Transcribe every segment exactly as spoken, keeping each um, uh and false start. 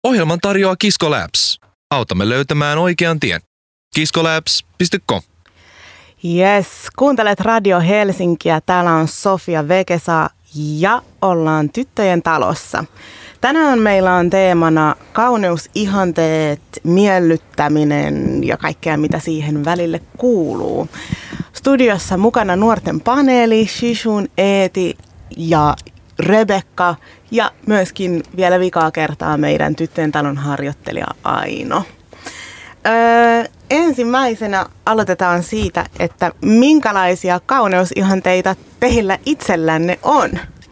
Ohjelman tarjoaa Kisko Labs. Autamme löytämään oikean tien. kiskolabs piste com. Yes, kuuntelet Radio Helsinkiä. Täällä on Sofia Vekesa ja ollaan Tyttöjen talossa. Tänään meillä on teemana kauneusihanteet, miellyttäminen ja kaikkea mitä siihen välille kuuluu. Studiossa mukana nuorten paneeli, Shishun, Eeti ja Rebekka ja myöskin vielä vikaa kertaa meidän Tyttöjen talon harjoittelija Aino. Öö, ensimmäisenä aloitetaan siitä, että minkälaisia kauneusihanteita teillä itsellänne on?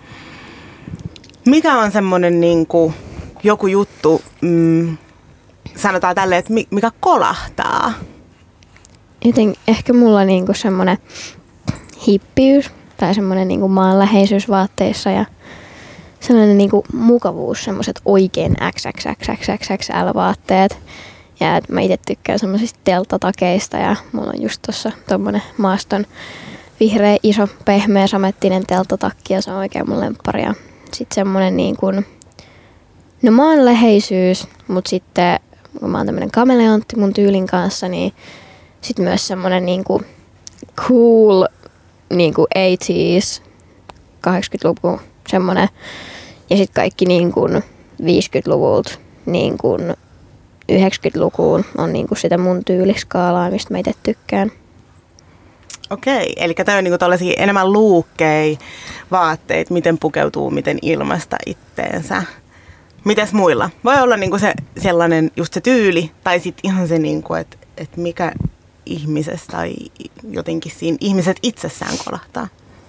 Mikä on semmoinen niin kuin joku juttu, mm, sanotaan tälleen, että mikä kolahtaa? Joten ehkä mulla niinku semmoinen hippiys tai semmoinen niinku maanläheisyys vaatteissa ja sellainen niinku mukavuus, semmoiset oikein X X X X X L-vaatteet. Ja et mä itse tykkään semmoisista telttatakeista ja mulla on just tossa tommonen maaston vihreä, iso, pehmeä, samettinen telttatakki ja se on oikein mun lemppari. Ja sit semmonen niin kuin, no maanläheisyys, mut sitten kun mä oon tämmönen kameleontti mun tyylin kanssa, niin sit myös semmonen niinku cool niinku eighties, kahdeksankymmentäluku semmonen. Ja sit kaikki niin kuin viisikymmentäluvulta niin kuin yhdeksänkymmentälukuun on niinku sitä mun tyyliskaalaa, mistä mä itse tykkään. Okei, eli tämä on niinku tällaisia enemmän luukkei vaatteet, miten pukeutuu, miten ilmaista itteensä. Mites muilla? Voi olla niinku se sellainen just se tyyli, tai sitten ihan se, niinku, että et mikä ihmisestä tai jotenkin siinä ihmiset itsessään kolahtaa.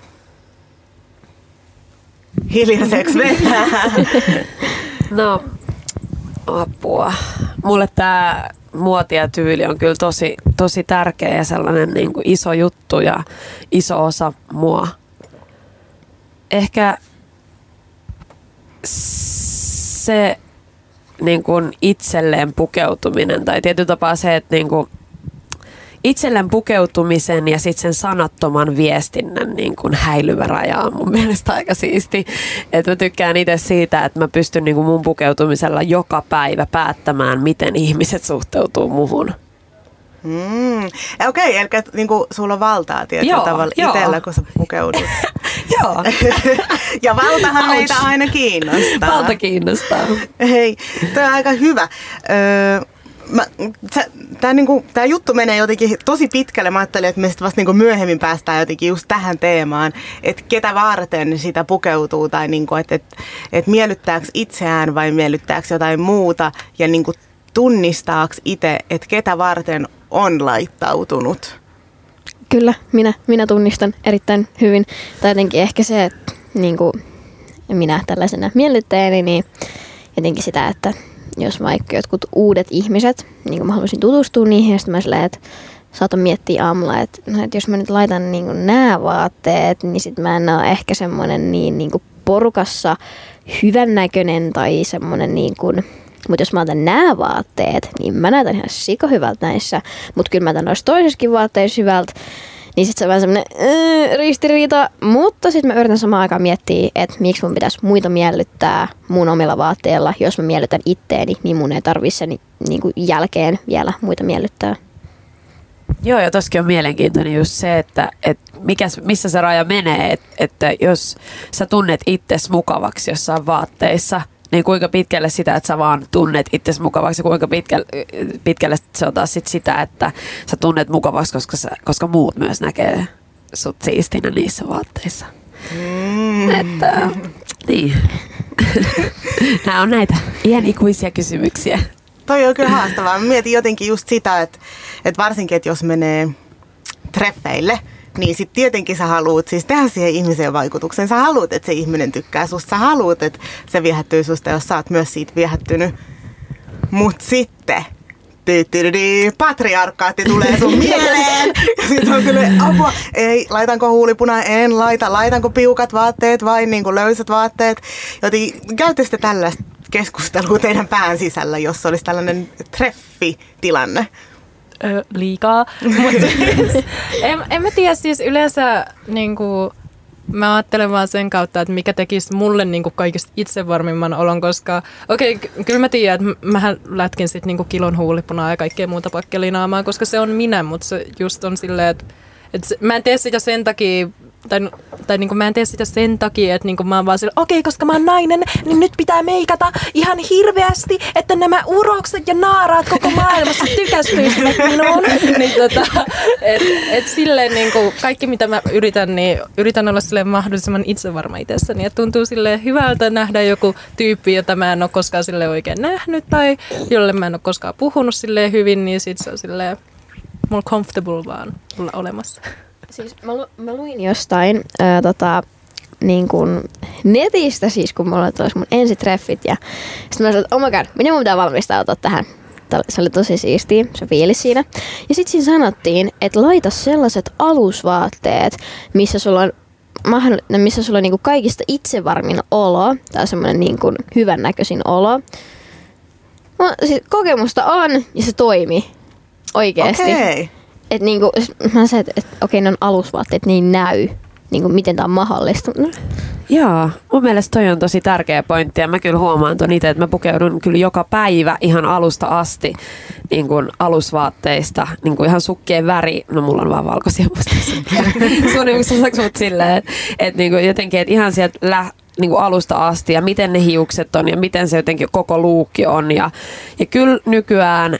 Hiljaiseksi vetää. No, apua. Mulle tää muoti ja tyyli on kyllä tosi, tosi tärkeä ja sellainen niin kuin iso juttu ja iso osa mua. Ehkä se niin kuin itselleen pukeutuminen tai tietyllä tapaa se, että niin kuin itselleen pukeutumisen ja sitten sen sanattoman viestinnän niin kuin häilyvä raja on mun mielestä aika siisti. Että mä tykkään itse siitä, että mä pystyn niin kuin mun pukeutumisella joka päivä päättämään, miten ihmiset suhteutuu muhun. Mm. Okei, eli niin kuin sulla on valtaa tietyllä joo, tavalla joo. itsellä, kun sä pukeudut. Joo. Ja valtahan meitä aina kiinnostaa. Valta kiinnostaa. Hei, toi on aika hyvä. Öö, Tämä niinku, juttu menee jotenkin tosi pitkälle. Mä ajattelin, että me sitten vasta niinku myöhemmin päästään jotenkin just tähän teemaan, että ketä varten sitä pukeutuu tai niinku, että et, et miellyttääkö itseään vai miellyttääkö jotain muuta ja niinku tunnistaako itse, että ketä varten on laittautunut. Kyllä, minä, minä tunnistan erittäin hyvin. Tai jotenkin ehkä se, että niinku, minä tällaisena miellyttäjäni, niin jotenkin sitä, että jos vaikka jotkut uudet ihmiset, niin mä haluaisin tutustua niihin, ja sitten mä silleen, että saatan miettiä aamulla, että, no, että jos mä nyt laitan niin nämä vaatteet, niin sit mä en ole ehkä semmoinen niin, niin kuin porukassa hyvännäköinen tai semmoinen niin kuin, mutta jos mä otan nämä vaatteet, niin mä näytän ihan sika hyvältä näissä, mutta kyllä mä otan noissa toisissakin vaatteissa hyvältä, niin sit se on vähän semmoinen äh, ristiriita, mutta sit mä yritän samaan aikaan miettiä, että miksi mun pitäisi muita miellyttää mun omilla vaatteilla. Jos mä miellytän itteeni, niin mun ei tarvitse sen niin kuin jälkeen vielä muita miellyttää. Joo, ja tossakin on mielenkiintoinen just se, että, että mikä, missä se raja menee, että, että jos sä tunnet itsesi mukavaksi jossain vaatteissa, niin kuinka pitkälle sitä, että sä vaan tunnet itsesi mukavaksi ja kuinka pitkälle, pitkälle se on taas sit sitä, että sä tunnet mukavaksi, koska, sä, koska muut myös näkee sut siistinä niissä vaatteissa. Mm. Että, niin. Nämä on näitä ihan ikuisia kysymyksiä. Toi on kyllä haastavaa. Mä mietin jotenkin just sitä, että, että varsinkin, että jos menee treffeille, niin sitten tietenkin sä haluut siis tehdä siihen ihmiseen vaikutuksen. Sä haluut, että se ihminen tykkää susta. Sä haluut, että se viehättyy susta, jos sä oot myös siitä viehättynyt. Mut sitten patriarkaatti tulee sun mieleen. Ja sit on silleen, apua, ei, laitanko huulipuna, en laita. Laitanko piukat vaatteet vai niin kuin löysät vaatteet. Joten käytte sitten tällaista keskustelua teidän pään sisällä, jos olisi tällainen treffitilanne. Ö, liikaa. Mut siis, en, en mä tiedä, siis yleensä niinku, mä ajattelen vaan sen kautta, että mikä tekisi mulle niinku kaikista itsevarmimman olon, koska okei, okay, kyllä mä tiedän, että mähän lätkin sit niinku kilon huulipunaa ja kaikkea muuta pakkelinaamaa, koska se on minä, mutta se just on silleen, että et se, mä en tee sitä sen takia, tai, tai niinku mä en tee sitä sen takia, että niinku mä oon vaan silleen, okei, okay, koska mä oon nainen, niin nyt pitää meikata ihan hirveästi, että nämä urokset ja naaraat koko maailmassa tykästyisivät minuun. Niin tota, et, et silleen niinku kaikki mitä mä yritän, niin yritän olla silleen mahdollisimman itsevarma itsessäni. Et tuntuu silleen hyvältä nähdä joku tyyppi, jota mä en oo koskaan silleen oikein nähnyt, tai jolle mä en oo koskaan puhunut silleen hyvin, niin sit se on silleen more comfortable vaan olla olemassa. Siis mä, lu, mä luin jostain ää, tota, niin kun netistä, siis kun mulla oli mun ensitreffit ja sitten mä sanoin, että oh my god, miten mun pitää valmistautua tähän. Se oli tosi siistiä, se fiilis siinä. Ja sitten siinä sanottiin, että laita sellaiset alusvaatteet, missä sulla on, missä sulla on niin kuin kaikista itsevarmin olo, tai semmoinen niin kuin hyvännäköisin olo. No, siis kokemusta on ja se toimi oikeesti. Okay. Että niinku, mä sanoin, että et, okei, ne on alusvaatteet, ne ei näy, niinku, miten tää on mahdollista. No. Joo, mun mielestä toi on tosi tärkeä pointti ja mä kyllä huomaan ton itse, että mä pukeudun kyllä joka päivä ihan alusta asti niin kuin alusvaatteista, niin kuin ihan sukkien väri, no mulla on vaan valkoisia mustaisia suunnilleen, mutta silleen, että et, niin kuin jotenkin, että ihan sieltä lä- niin kuin alusta asti ja miten ne hiukset on ja miten se jotenkin koko luukki on ja, ja kyllä nykyään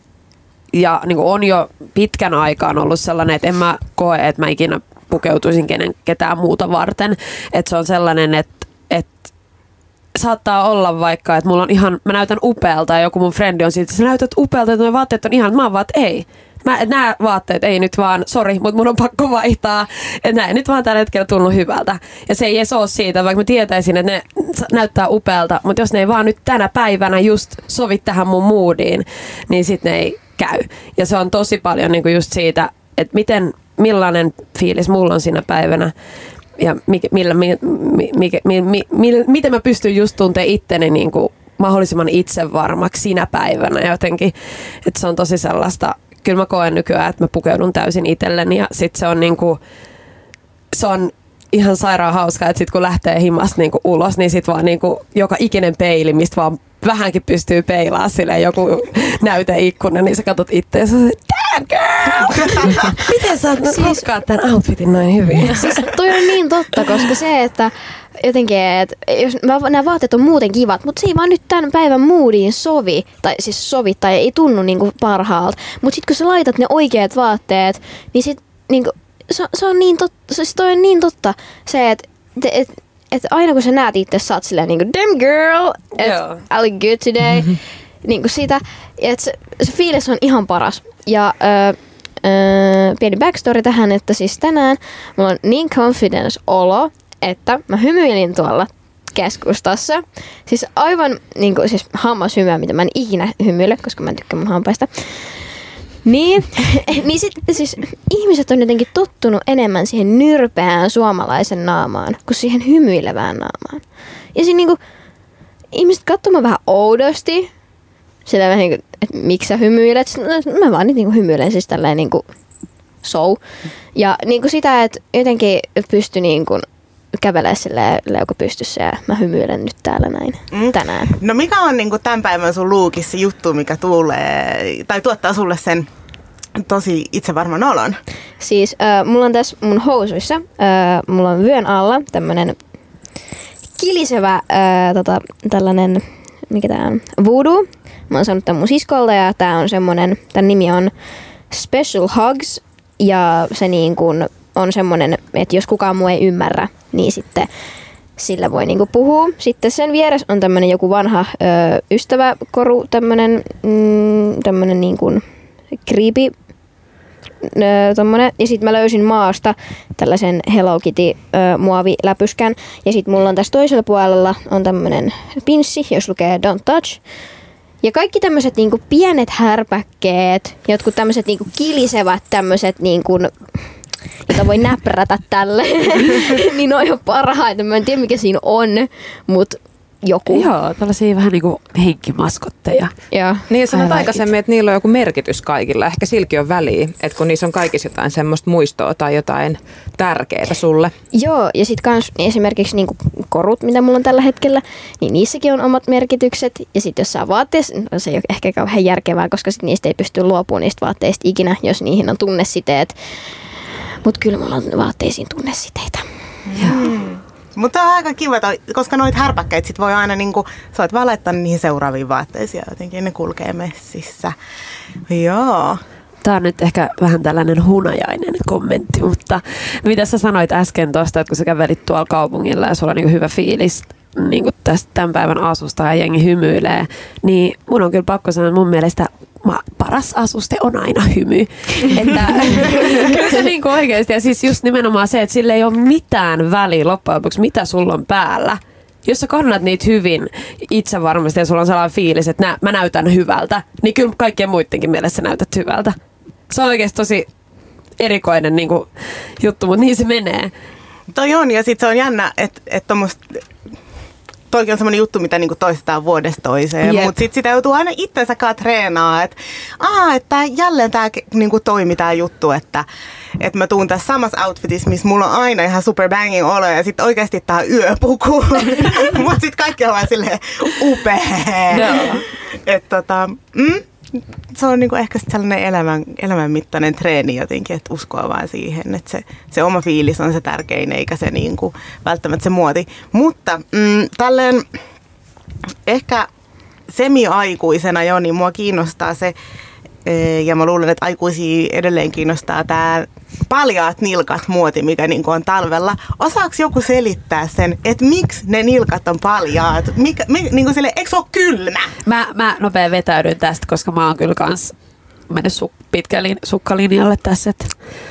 ja niin kuin on jo pitkän aikaan ollut sellainen, että en mä koe, että mä ikinä pukeutuisin kenen, ketään muuta varten. Että se on sellainen, että, että saattaa olla vaikka, että mulla on ihan, mä näytän upealta ja joku mun frendi on siitä, että sä näytät upealta, että nuo vaatteet on ihan, mä oon vaan, että ei. Mä, nämä vaatteet ei nyt vaan, sori, mutta mun on pakko vaihtaa. Että nämä ei nyt vaan tällä hetkellä tullut hyvältä. Ja se ei edes ole siitä, vaikka mä tietäisin, että ne näyttää upealta, mutta jos ne ei vaan nyt tänä päivänä just sovi tähän mun moodiin, niin sit ne ei käy. Ja se on tosi paljon niin kuin just siitä, että miten, millainen fiilis mulla on siinä päivänä ja mikä, millä, mi, mi, mikä, mi, mi, mi, miten mä pystyn just tuntea itteni niin kuin mahdollisimman itsevarmaksi siinä päivänä jotenkin. Että se on tosi sellaista, kyllä mä koen nykyään, että mä pukeudun täysin itselleni ja sit se on niinku, se on ihan sairaan hauskaa, että sit kun lähtee himasta niinku ulos, niin sit vaan niinku joka ikinen peili, mistä vaan vähänkin pystyy peilaamaan silleen joku näyteikkuna, niin sä katsot itse ja sä oot, damn girl! Miten sä oot siis, rokkaat tämän outfitin noin hyvin? Siis toi on niin totta, koska se, että jotenkin, että jos nämä vaatteet on muuten kivat, mutta se ei vaan nyt tämän päivän moodiin sovi, tai siis sovi, tai ei tunnu niinku parhaalta. Mutta sitten kun sä laitat ne oikeat vaatteet, niin sit niinku, se, se on niin totta, siis toi on niin totta, se, että et, et aina kun sä näet itse, sä oot silleen niinku, damn girl, että I look good today, mm-hmm. niinku sitä, että se, se fiilis on ihan paras. Ja öö, öö, pieni backstory tähän, että siis tänään mulla on niin confidence olo, että mä hymyilin tuolla keskustassa. Siis aivan niin kuin, siis hammashymy, mitä mä en ikinä hymyile, koska mä en tykkää mun hampaista. Niin, niin sit, siis ihmiset on jotenkin tottunut enemmän siihen nyrpeään suomalaisen naamaan kuin siihen hymyilevään naamaan. Ja siinä niinku, ihmiset katsovat vähän oudosti. Sillä vähän niinku, että miksi sä hymyilet? Mä vaan nyt niinku hymyilen siis tälleen niinku show. Ja niinku sitä, että jotenkin pysty niinku kävelee silleen leuka pystyssä ja mä hymyilen nyt täällä näin mm. tänään. No mikä on niinku tämän päivän sun luukissa juttu, mikä tulee, tai tuottaa sulle sen tosi itsevarman olon? Siis äh, mulla on tässä mun housuissa, äh, mulla on vyön alla tämmönen kilisevä äh, tota, tällainen, mikä tää on, voodoo. Mä oon saanut tän mun siskolta ja tää on semmonen, tän nimi on Special Hugs ja se niin kuin on semmoinen, että jos kukaan muu ei ymmärrä, niin sitten sillä voi niinku puhua. Sitten sen vieressä on tämmöinen joku vanha ö, ystäväkoru, tämmöinen mm, tämmöinen niinku creepy ö, tommonen. Ja sitten mä löysin maasta tällaisen Hello Kitty ö, muoviläpyskän. Ja sitten mulla on tässä toisella puolella on tämmöinen pinssi, jos lukee Don't Touch. Ja kaikki tämmöiset niinku pienet härpäkkeet, jotkut tämmöiset niinku kilisevät tämmöiset niinku jota voi näprätä tälle, niin ne on jo parhaita. Mä en tiedä mikä siinä on, mutta joku. Joo, tällaisia vähän niin kuin henkkimaskotteja. Joo. Niin sanoit like aikaisemmin, että niillä on joku merkitys kaikilla. Ehkä silläkin on väliä, että kun niissä on kaikissa jotain semmoista muistoa tai jotain tärkeää sulle. Joo, ja sitten kans esimerkiksi niinku korut, mitä mulla on tällä hetkellä, niin niissäkin on omat merkitykset. Ja sitten jos saa vaatteessa, no se ei ole ehkä kauhean järkevää, koska sit niistä ei pysty luopumaan niistä vaatteista ikinä, jos niihin on tunnesiteet. Mutta kyllä mulla on vaatteisiin tunnesiteitä. Mm. Mutta on aika kiva, koska noita härpäkkeitä sit voi aina niinku, sä voit vaan laittaa niihin seuraaviin vaatteisiin ja jotenkin ne kulkee messissä. Joo. Tämä on nyt ehkä vähän tällainen hunajainen kommentti, mutta mitä sä sanoit äsken tuosta, että kun sä kävelit tuolla kaupungilla ja sulla on niin hyvä fiilis niin tästä tämän päivän asusta ja jengi hymyilee, niin mun on kyllä pakko sanoa, että mun mielestä paras asuste on aina hymy. Että kyllä se niin oikeasti, ja siis just nimenomaan se, että sillä ei ole mitään väliä loppujen lopuksi, mitä sulla on päällä. Jos sä kannat niitä hyvin itse varmasti ja sulla on sellainen fiilis, että nä, mä näytän hyvältä, niin kyllä kaikkien muidenkin mielessä näytät hyvältä. Se on oikeasti tosi erikoinen niin kuin, juttu, mutta niin se menee. Toi on, ja sit se on jännä, että et tommoista... Toikin on semmoinen juttu, mitä niinku toistetaan vuodesta toiseen, Yep. mutta sitten sitä joutuu aina itsensä kanssa treenaa, että aah, että jälleen tämä niinku toimi tämä juttu, että et mä tuun tässä samassa outfitissa, missä mulla on aina ihan super banging olo ja sitten oikeasti tää yöpuku, mutta sitten kaikki on vaan silleen upea. Joo. Että tota, mm, se on niinku ehkä sellainen elämän, elämänmittainen treeni jotenkin, että uskoa vaan siihen, että se, se oma fiilis on se tärkein, eikä se niinku välttämättä se muoti. Mutta mm, tälleen ehkä semi-aikuisena jo, niin mua kiinnostaa se, ja mä luulen, että aikuisia edelleen kiinnostaa tää paljaat nilkat muoti, mikä niinku on talvella. Osaako joku selittää sen, että miksi ne nilkat on paljaat? Mikä, mi, niinku sille, eikö se ole kylmä? Mä, mä nopea vetäydyn tästä, koska mä oon kyllä kans mennyt su- pitkälle sukkalinjalle tässä. Että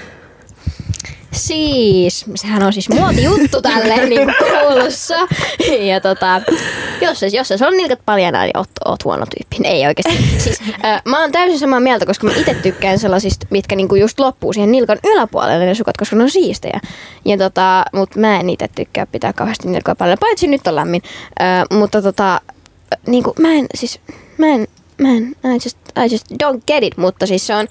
Siis, sehän on siis muotijuttu tälleen niin koulussa. Ja tota, jos, jos se on nilkat paljana, niin oot, oot huono tyyppi. Ei oikeesti. Siis, äh, mä oon täysin samaa mieltä, koska mä itse tykkään sellaisista, mitkä niinku just loppuu siihen nilkan yläpuolelle ne sukat, koska ne on siistejä. Ja tota, mut mä en itse tykkää pitää kauheasti nilkaa paljon, paitsi nyt on lämmin. Äh, mutta tota, niinku mä en, siis, mä en, mä en, I just, I just don't get it, mutta siis se on,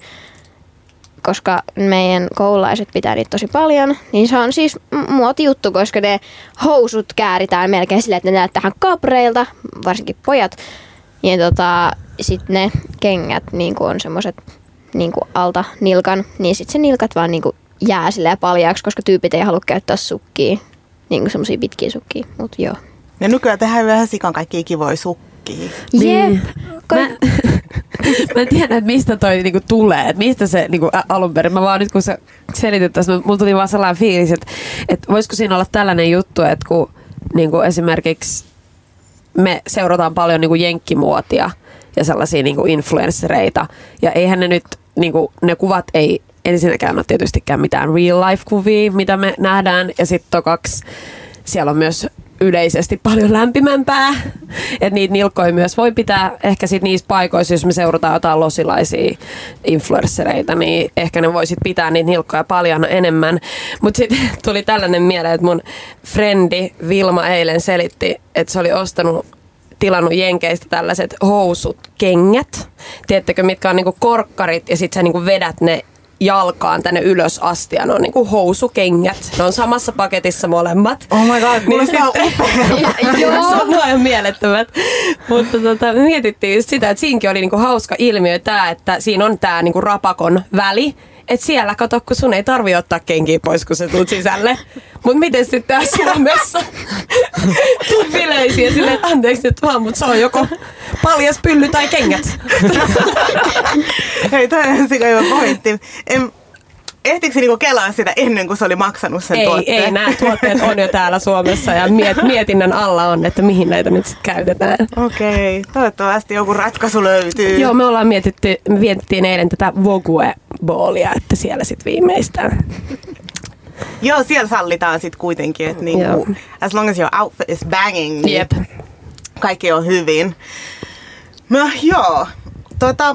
koska meidän koululaiset pitää niitä tosi paljon, niin se on siis muotijuttu, koska ne housut kääritään melkein silleen, että ne näyttää kapreilta, varsinkin pojat. Ja tota, sitten ne kengät niin on semmoiset niin alta nilkan, niin sitten se nilkat vaan niin jää silleen paljaaksi, koska tyypit ei halua käyttää sukkia, niin semmoisia pitkiä sukkia, mut joo. Ja nykyään tehdään vähän sikan kaikkia kivoja sukkia. Jep. Mä, mä en tiedä, että mistä toi niinku tulee, että mistä se niinku alun perin. Mä vaan nyt kun sä selitit tässä, mulla tuli vaan sellainen fiilis, että, että voisiko siinä olla tällainen juttu, että kun niinku esimerkiksi me seurataan paljon niinku jenkkimuotia ja sellaisia niinku influenssereita, ja eihän ne nyt, niinku, ne kuvat ei ensinnäkään ole tietystikään mitään real life kuvia, mitä me nähdään, ja sitten tokaksi siellä on myös yleisesti paljon lämpimämpää, että niitä nilkkoja myös voi pitää ehkä sit niissä paikoissa, jos me seurataan jotain losilaisia influenssereita, niin ehkä ne voisit pitää niitä nilkkoja paljon enemmän. Mutta sitten tuli tällainen mieleen, että mun frendi Vilma eilen selitti, että se oli ostanut, tilannut Jenkeistä tällaiset housut, kengät, tiedättekö, mitkä on niinku korkkarit ja sit sä niinku vedät ne jalkaan tänne ylös asti ja ne on niinku housukengät. Ne on samassa paketissa molemmat. Oh my god, kuulostaa upea. Joo, se on ihan mielettömät. Mutta tota, me mietittiin just sitä, että siinäkin oli niinku hauska ilmiö tää, että siinä on tää niinku rapakon väli. Että siellä, kato, kun sun ei tarvitse ottaa kenkiä pois, kun sä tulet sisälle. Mut miten sitten tää Suomessa? Tuut bileisiin ja silleen, että anteeksi nyt vaan, mutta se on joko paljas pylly tai kengät. Hei, toi on sika hyvä pointti. En, ehtikö se niinku kelaa sitä ennen kuin se oli maksanut sen ei, tuotteen? Ei, nämä tuotteet on jo täällä Suomessa ja miet, mietinnän alla on, että mihin näitä nyt sitten käytetään. Okei, okay. Toivottavasti joku ratkaisu löytyy. Joo, me ollaan mietitty, me mietittiin eilen tätä Vogue-boolia, että siellä sitten viimeistään. Joo, siellä sallitaan sitten kuitenkin, että niinku, as long as your outfit is banging, niin Jep. kaikki on hyvin. No joo, tota,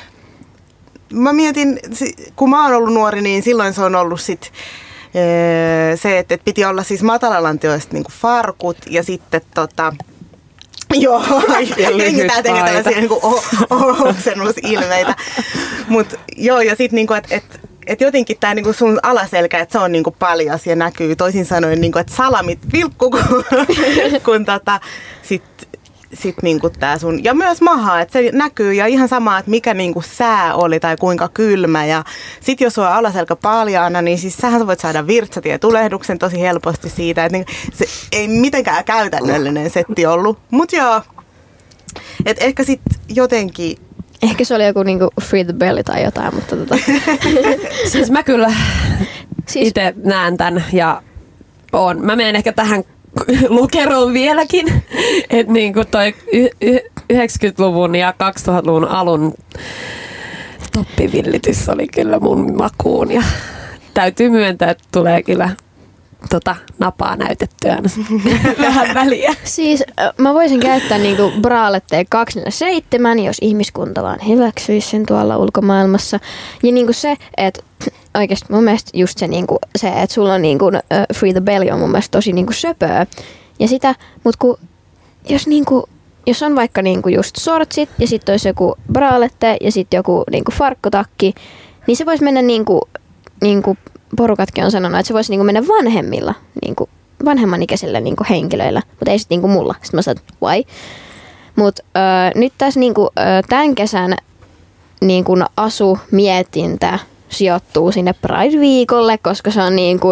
mä mietin, kun mä oon ollut nuori, niin silloin se on ollut sit se, että piti olla siis matalalaantioista niinku farkut ja sitten tota, Joo, Ja lyhyt jengi tää tekee paita. tällaisia niinku o- o- oksennusilmeitä. Mut joo, ja sit niinku, että et, et jotenkin tää niinku sun alaselkä, että se on niinku paljas ja näkyy toisin sanoen, niinku, että salamit vilkkuu, kun, kun tota, sit, sit niinku tää sun, ja myös maha, että se näkyy ja ihan sama, että mikä niinku sää oli tai kuinka kylmä. Ja sit jos sulla on alaselkä paljaana, niin siis sähän voit saada virtsatietulehduksen tosi helposti siitä, että niinku, se ei mitenkään käytännöllinen setti ollut. Mut joo, et ehkä sit jotenkin. Ehkä se oli joku niinku Free the Belly tai jotain, mutta tota. Siis mä kyllä Siis- itse näen tän ja on. Mä menen ehkä tähän lukeroon vieläkin, että niinku toi y- y- yhdeksänkymmentäluvun ja kaksituhattaluvun alun toppivillitys oli kyllä mun makuun ja täytyy myöntää, että tulee kyllä tota napaa näytettyä aina vähän väliä. Siis äh, mä voisin käyttää niinku Bralette kaksisataaneljäkymmentäseitsemän, jos ihmiskunta vaan hyväksyisi sen tuolla ulkomaailmassa. Ja niinku se, että oikeesti mun mielestä just se, niinku, se että sulla on niinku, uh, Free the Belly on mun mielestä tosi niinku söpöä. Ja sitä, mut ku, jos niinku, jos on vaikka niinku just sortsit ja sitten olisi joku bralette ja sitten joku niinku farkkutakki, niin se voisi mennä niinku, niinku porukatkin on sanonut, että se voisi niinku mennä vanhemmilla, niinku vanhemman ikäisillä niinku henkilöillä, mutta ei sitten niinku mulla. Sitten mä sanoin, why? Mutta nyt tässä niinku, ö, tämän kesän niinku asu mietintä sijoittuu sinne Pride-viikolle, koska se on niinku,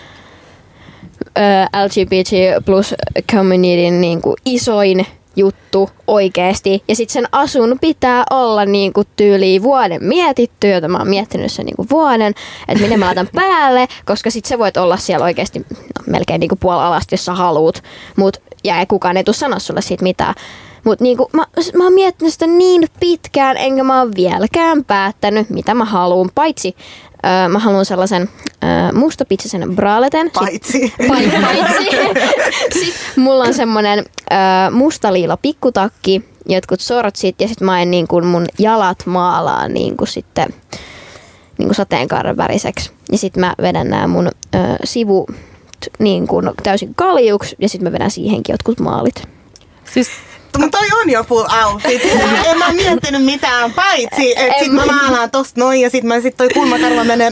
L G B T plus communityn niinku isoin juttu oikeesti. Ja sitten sen asun pitää olla niinku tyyliin vuoden mietitty, jota mä oon miettinyt sen niinku vuoden, että minne mä laitan päälle, koska sit sä voit olla siellä oikeesti no, melkein niinku puolalasta, jos sä haluut. Mut, ja ei kukaan ei tuu sanoa sulle siitä mitään. Mut niinku, mä, mä oon miettinyt sitä niin pitkään, enkä mä oon vieläkään päättänyt, mitä mä haluun. Paitsi öö, mä haluan sellaisen öö, mustapitsäisen braleten. Paitsi. Paitsi. Paitsi. Sitten mulla on semmonen öö, mustaliila pikkutakki, jotkut sortsit ja sit mä en niin kun mun jalat maalaa niin kun sitten niin kun sateenkaaren väriseksi. Ja sit mä vedän nää mun öö, sivu niin kun täysin kaljuksi ja sit mä vedän siihenkin jotkut maalit. Siis Mutta toi on jo full outfit. En mä miettinyt mitään, paitsi että sit mä maalaan tosta noin ja sit mä sit toi kulmakarva menee.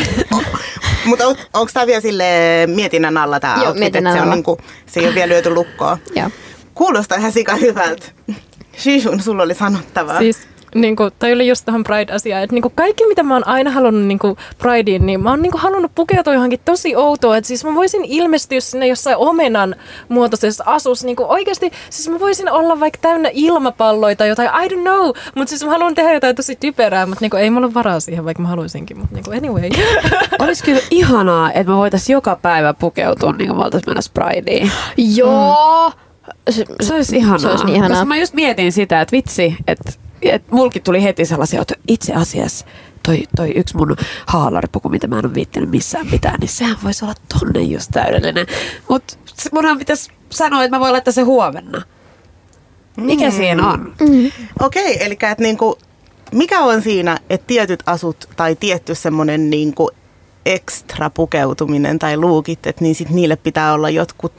Mutta on, onks tää vielä sille mietinnän alla tää Joo, outfit, että mietinnän se, on alla. niinku, se ei ole vielä lyöty lukkoon? Joo. Kuulostaa ihan sika hyvältä. Shishun, sulla oli sanottavaa. Siis niinku, toi oli just tähän Pride-asiaan, että niinku kaikki mitä mä oon aina halunnut niinku Prideen, niin mä oon niinku halunnut pukeutua johonkin tosi outoa, että siis mä voisin ilmestyä sinne jossain omenan muotoisessa asussa, niinku oikeasti, siis mä voisin olla vaikka täynnä ilmapalloja tai jotain, I don't know, mutta siis mä haluan tehdä jotain tosi typerää, mutta niinku ei mulla ole varaa siihen, vaikka mä haluaisinkin, mutta niinku anyway. Olisi kyllä ihanaa, että me voitaisiin joka päivä pukeutua niin kuin me oltaisiin mennä Prideen. Joo! Se, Se olisi ihanaa. Se olisi niin ihanaa. Koska mä just mietin sitä, että vitsi, että et mulkin tuli heti sellaisia, että itse asiassa toi, toi yksi mun haalaripuku, mitä mä en ole viittinyt missään pitää, niin sehän voisi olla tonne just täydellinen. Mutta munhan pitäisi sanoa, että mä voin laittaa se huomenna. Mikä mm. siinä on? Mm. Okei, eli että niinku, mikä on siinä, että tietyt asut tai tietty semmoinen niinku ekstra pukeutuminen tai luukit, että niin sit niille pitää olla jotkut.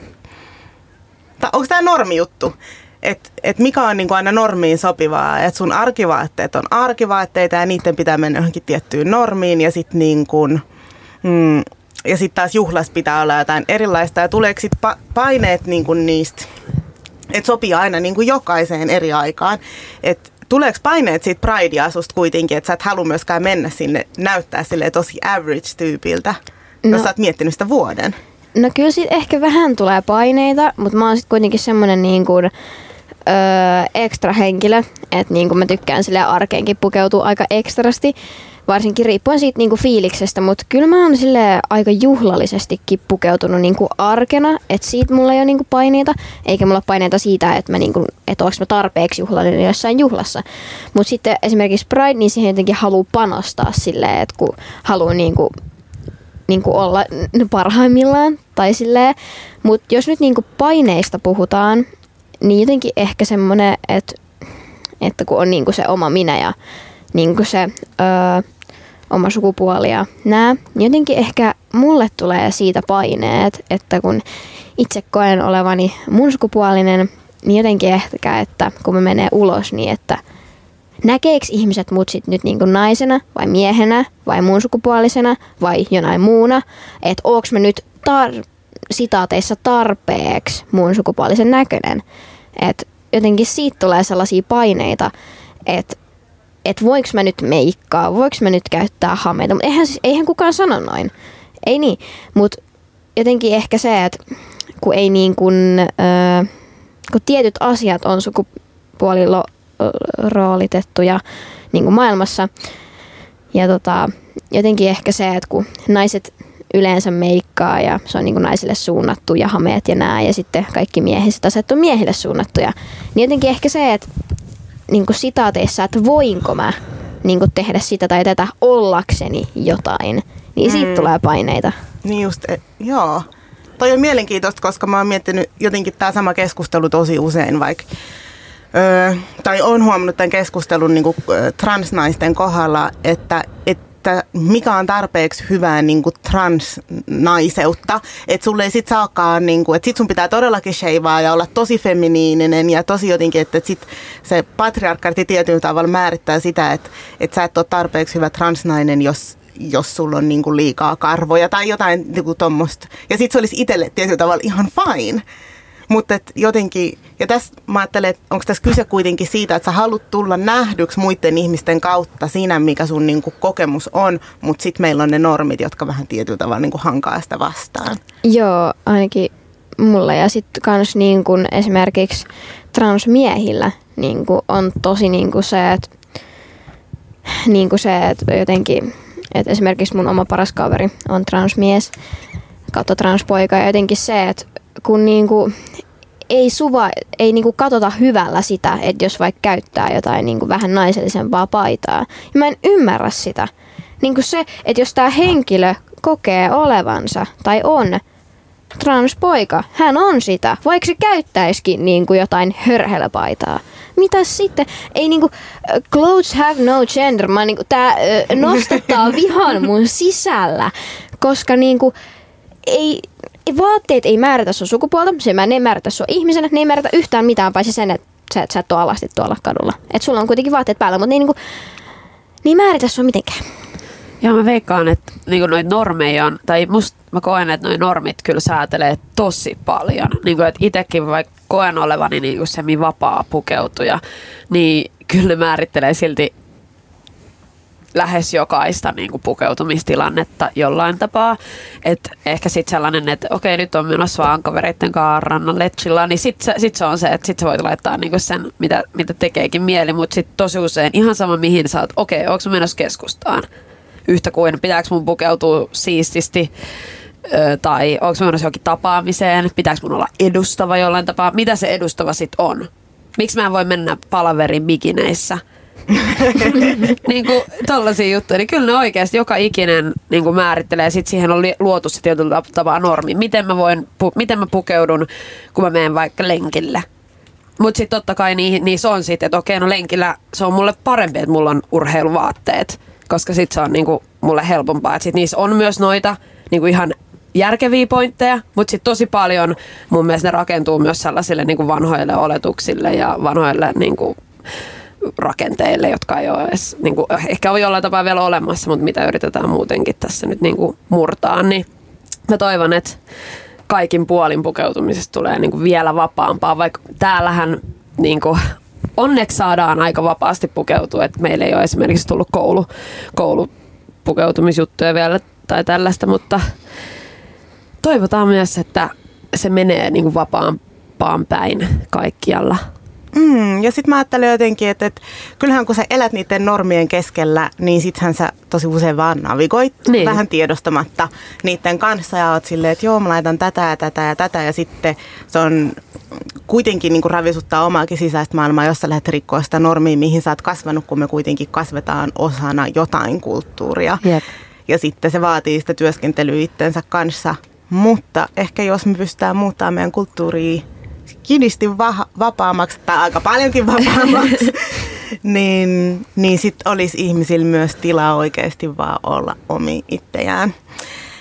Tai onko tämä normijuttu? Että et mikä on niinku aina normiin sopivaa, että sun arkivaatteet on arkivaatteita ja niiden pitää mennä johonkin tiettyyn normiin ja sitten niinku, mm, ja sit taas juhlas pitää olla jotain erilaista ja tuleeko sit pa- paineet niinku niistä, että sopii aina niinku jokaiseen eri aikaan, että tuleeko paineet siitä Pride-asusta kuitenkin, että sä et halua myöskään mennä sinne näyttää silleen tosi average-tyypiltä, no. jos sä oot miettinyt sitä vuoden? No kyllä siitä ehkä vähän tulee paineita, mutta mä oon sit kuitenkin semmonen niin kuin, öö, ekstra henkilö, että niin kuin mä tykkään silleen arkeenkin pukeutua aika ekstrasti, varsinkin riippuen siitä niin kuin fiiliksestä, mutta kyllä mä oon silleen aika juhlallisestikin pukeutunut niin kuin arkena, että siitä mulla ei ole niin kuin paineita, eikä mulla ole paineita siitä, että mä, niin kuin, että onko mä tarpeeksi juhlallinen jossain juhlassa. Mutta sitten esimerkiksi Pride, niin siihen jotenkin haluaa panostaa silleen, että kun haluaa niin kuin niinku olla parhaimmillaan tai silleen. Mutta jos nyt niinku paineista puhutaan, niin jotenkin ehkä semmoinen, että, että kun on niinku se oma minä ja niinku se öö, oma sukupuoli ja nää, niin jotenkin ehkä mulle tulee siitä paineet, että kun itse koen olevani mun sukupuolinen niin jotenkin ehkä, että kun me menee ulos, niin että näkeekö ihmiset mut sit nyt niin kuin naisena vai miehenä vai muun sukupuolisena vai jonain muuna, että oonks mä nyt tar- sitaateissa tarpeeksi muun sukupuolisen näköinen. Että jotenkin siitä tulee sellaisia paineita, että et voinko mä nyt meikkaa, voinko mä nyt käyttää hameita, mutta eihän, eihän kukaan sano noin. Ei niin, mutta jotenkin ehkä se, että kun ei niin kuin, äh, kun tietyt asiat on sukupuoliroolitettuja niin kuin maailmassa. Ja tota, jotenkin ehkä se, että kun naiset yleensä meikkaa ja se on niin kuin naisille suunnattu ja hameet ja nää ja sitten kaikki miehiset asiat on miehille suunnattuja. Niin jotenkin ehkä se, että niin kuin sitaateissa, että voinko mä niin kuin tehdä sitä tai tätä ollakseni jotain, niin siitä mm. tulee paineita. Niin just, e, joo. Toi on mielenkiintoista, koska mä oon miettinyt jotenkin tää sama keskustelu tosi usein, vaikka öö, tai oon huomannut tämän keskustelun niin kuin, transnaisten kohdalla, että, että mikä on tarpeeksi hyvää niin kuin transnaiseutta, että sulle ei sit saakaan, niin kuin, että sit sun pitää todellakin sheivaa ja olla tosi feminiininen ja tosi jotenkin, että sit se patriarkati tietyllä tavalla määrittää sitä, että, että sä et ole tarpeeksi hyvä transnainen, jos jos sulla on niinku liikaa karvoja tai jotain niinku tommoista. Ja sit se olisi itselle tietyllä tavalla ihan fine. Mutta jotenkin, ja tässä mä ajattelen, että onko tässä kyse kuitenkin siitä, että sä haluat tulla nähdyksi muiden ihmisten kautta siinä, mikä sun niinku kokemus on, mutta sitten meillä on ne normit, jotka vähän tietyllä tavalla niinku hankaa sitä vastaan. Joo, ainakin mulla. Ja sitten kans niinku esimerkiksi transmiehillä niinku on tosi niinku se, että niinku se, että jotenkin et esimerkiksi mun oma paras kaveri on transmies, kautta transpoika ja jotenkin se, että kun niinku ei, suva, ei niinku katsota hyvällä sitä, että jos vaikka käyttää jotain niinku vähän naisellisempaa paitaa. Ja mä en ymmärrä sitä. Niinku se, että jos tää henkilö kokee olevansa tai on transpoika, hän on sitä, vaikka se käyttäisikin niinku jotain hörhelöpaitaa. Mitäs sitten? Ei niinku, uh, clothes have no gender. Mä niinku, tää uh, nostattaa vihan mun sisällä, koska niinku, ei, vaatteet ei määritä sun sukupuolta, se ei määritä sun ihmisenä, ne ei määritä yhtään mitään, paitsi sen, että sä, sä et ole alasti tuolla kadulla. Et sulla on kuitenkin vaatteet päällä, mutta ne ei, niinku, ne ei määritä sua mitenkään. Joo, mä veikkaan, että niinku noita normeja on, tai musta mä koen, että noi normit kyllä säätelee tosi paljon. Niinku, että itsekin vaikka koen olevani niinku semi-vapaa pukeutuja, niin kyllä ne määrittelee silti lähes jokaista niinku pukeutumistilannetta jollain tapaa. Et ehkä sitten sellainen, että okei, nyt on menossa vaan kavereitten kanssa rannalle chillaa, niin sitten sit se on se, että sit sä voit laittaa niinku sen, mitä, mitä tekeekin mieli, mutta sitten tosi usein ihan sama mihin sä oot, okei, onko mä menossa keskustaan? Yhtä kuin pitääkö mun pukeutua siististi ö, tai onko mä menossa johonkin tapaamiseen, pitääkö mun olla edustava jollain tapaa, mitä se edustava sit on? Miksi mä en voi mennä palaverin bikineissä? Niin kuin tollaisia juttuja, niin kyllä ne oikeasti joka ikinen niin kuin määrittelee, sit siihen on luotu se tietyllä tapaa normi. Miten mä, voin, pu, miten mä pukeudun, kun mä menen vaikka lenkille. Mutta sitten totta kai niin, niissä on sitten, että okei, no lenkillä se on mulle parempi, että mulla on urheiluvaatteet. Koska sit se on niinku mulle helpompaa. Et sit niissä on myös noita niinku ihan järkeviä pointteja, mutta sit tosi paljon mun mielestä ne rakentuu myös sellaisille niinku vanhoille oletuksille ja vanhoille niinku rakenteille, jotka ei ole edes, niinku, ehkä on jollain tapaa vielä olemassa, mutta mitä yritetään muutenkin tässä nyt niinku murtaa. Niin mä toivon, että kaikin puolin pukeutumisesta tulee niinku vielä vapaampaa, vaikka täällähän niinku onneksi saadaan aika vapaasti pukeutua, että meillä ei ole esimerkiksi tullut koulu, koulupukeutumisjuttuja vielä tai tällaista, mutta toivotaan myös, että se menee niin kuin vapaampaan päin kaikkialla. Mm, ja sitten mä ajattelen jotenkin, että, että kyllähän kun sä elät niiden normien keskellä, niin sittenhän sä tosi usein vaan navigoit niin. Vähän tiedostamatta niiden kanssa ja oot silleen, että joo mä laitan tätä ja tätä ja tätä ja sitten se on kuitenkin niin kuin ravisuttaa omaakin sisäistä maailmaa, jos sä lähdet rikkoa sitä normia, mihin sä oot kasvanut, kun me kuitenkin kasvetaan osana jotain kulttuuria. Yep. Ja sitten se vaatii sitä työskentelyä itsensä kanssa, mutta ehkä jos me pystytään muuttamaan meidän kulttuuria kinisti va- vapaammaksi tai aika paljonkin vapaammaksi, niin, niin sitten olisi ihmisillä myös tilaa oikeasti vaan olla omi itseään.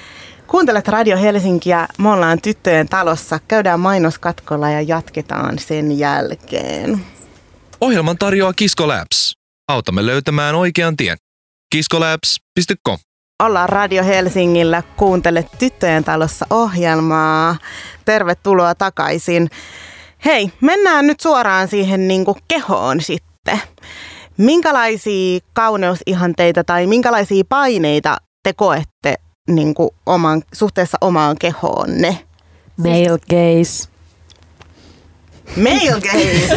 Kuuntelet Radio Helsinkiä, me ollaan Tyttöjen talossa, käydään mainoskatkolla ja jatketaan sen jälkeen. Ohjelman tarjoaa Kisko Labs. Autamme löytämään oikean tien. kiskolabs piste com. Ollaan Radio Helsingillä, kuuntelet Tyttöjen talossa ohjelmaa. Tervetuloa takaisin. Hei, mennään nyt suoraan siihen niin kuin kehoon sitten. Minkälaisia kauneusihanteita tai minkälaisia paineita te koette niin kuin oman, suhteessa omaan kehoonne? Male gaze. Male gaze!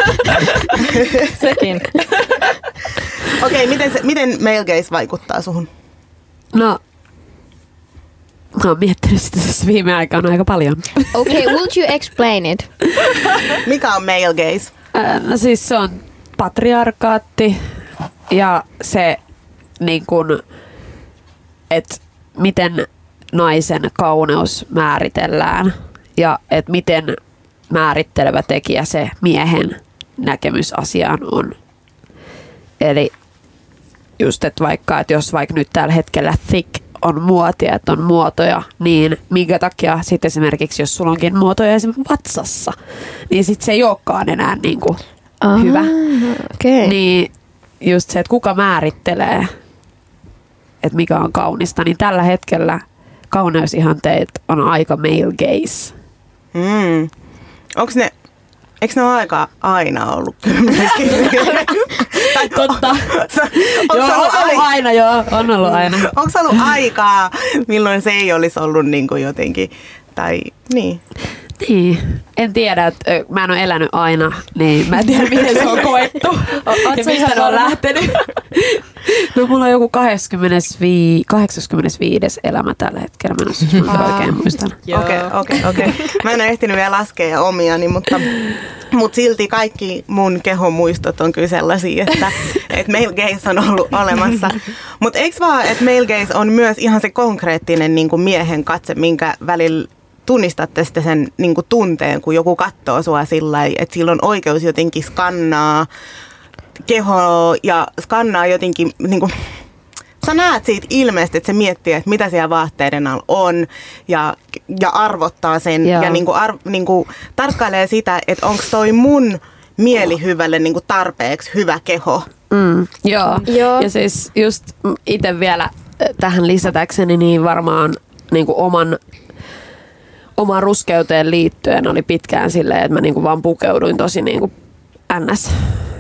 Sekin. Okei, okay, miten, se, miten male gaze vaikuttaa suhun? No, mä oon miettinyt sitä tässä viime aikoina aika paljon. Okay, would you explain it? Mikä on male gaze? Äh, no siis se on patriarkaatti ja se niin kun, että miten naisen kauneus määritellään ja että miten määrittelevä tekijä se miehen näkemys asiaan on. Eli just, että vaikka, että jos vaikka nyt tällä hetkellä thick on muotia, että on muotoja, niin minkä takia sitten esimerkiksi, jos sulla onkin muotoja esimerkiksi vatsassa, niin sitten se ei olekaan enää niin kuin Aha, hyvä. Okay. Niin just se, että kuka määrittelee, että mikä on kaunista, niin tällä hetkellä kauneusihanteet on aika male gaze. Mm. Onks ne, eikö ne ole aika aina ollut? Totta. Joo, on ollut aina, aina, joo, on ollut aina. Onko ollut aikaa, milloin se ei olisi ollut niin kuin jotenkin, tai niin? Niin, en tiedä, että mä en ole elänyt aina, niin mä en tiedä, miten se on koettu ja mistä ne on lähtenyt. No mulla on joku kahdeksankymmentäviisi, kahdeksankymmentäviisi elämä tällä hetkellä menossa, jos mä oikein muistan. Okei, okei, okei. Mä en ole ehtinyt vielä laskea omiani, mutta, mutta silti kaikki mun kehon muistot on kyllä sellaisia, että, että male gaze on ollut olemassa. Mutta eikö vaan, että male gaze on myös ihan se konkreettinen niin kuin miehen katse, minkä välillä tunnistatte sitten sen niin kuin tunteen, kun joku katsoo sua sillä lailla, että sillä on oikeus jotenkin skannaa kehoa ja skannaa jotenkin, niin kuin, sä näet siitä ilmeisesti, että se miettii, että mitä siellä vaatteiden alla on ja, ja arvottaa sen Joo. ja niin kuin, ar, niin kuin, tarkkailee sitä, että onko toi mun mielihyvälle niin kuin tarpeeksi hyvä keho. Mm, joo. Joo. Ja siis just itse vielä tähän lisätäkseni, niin varmaan niin kuin oman omaan ruskeuteen liittyen oli pitkään silleen, että mä niinku vaan pukeuduin tosi niinku ns.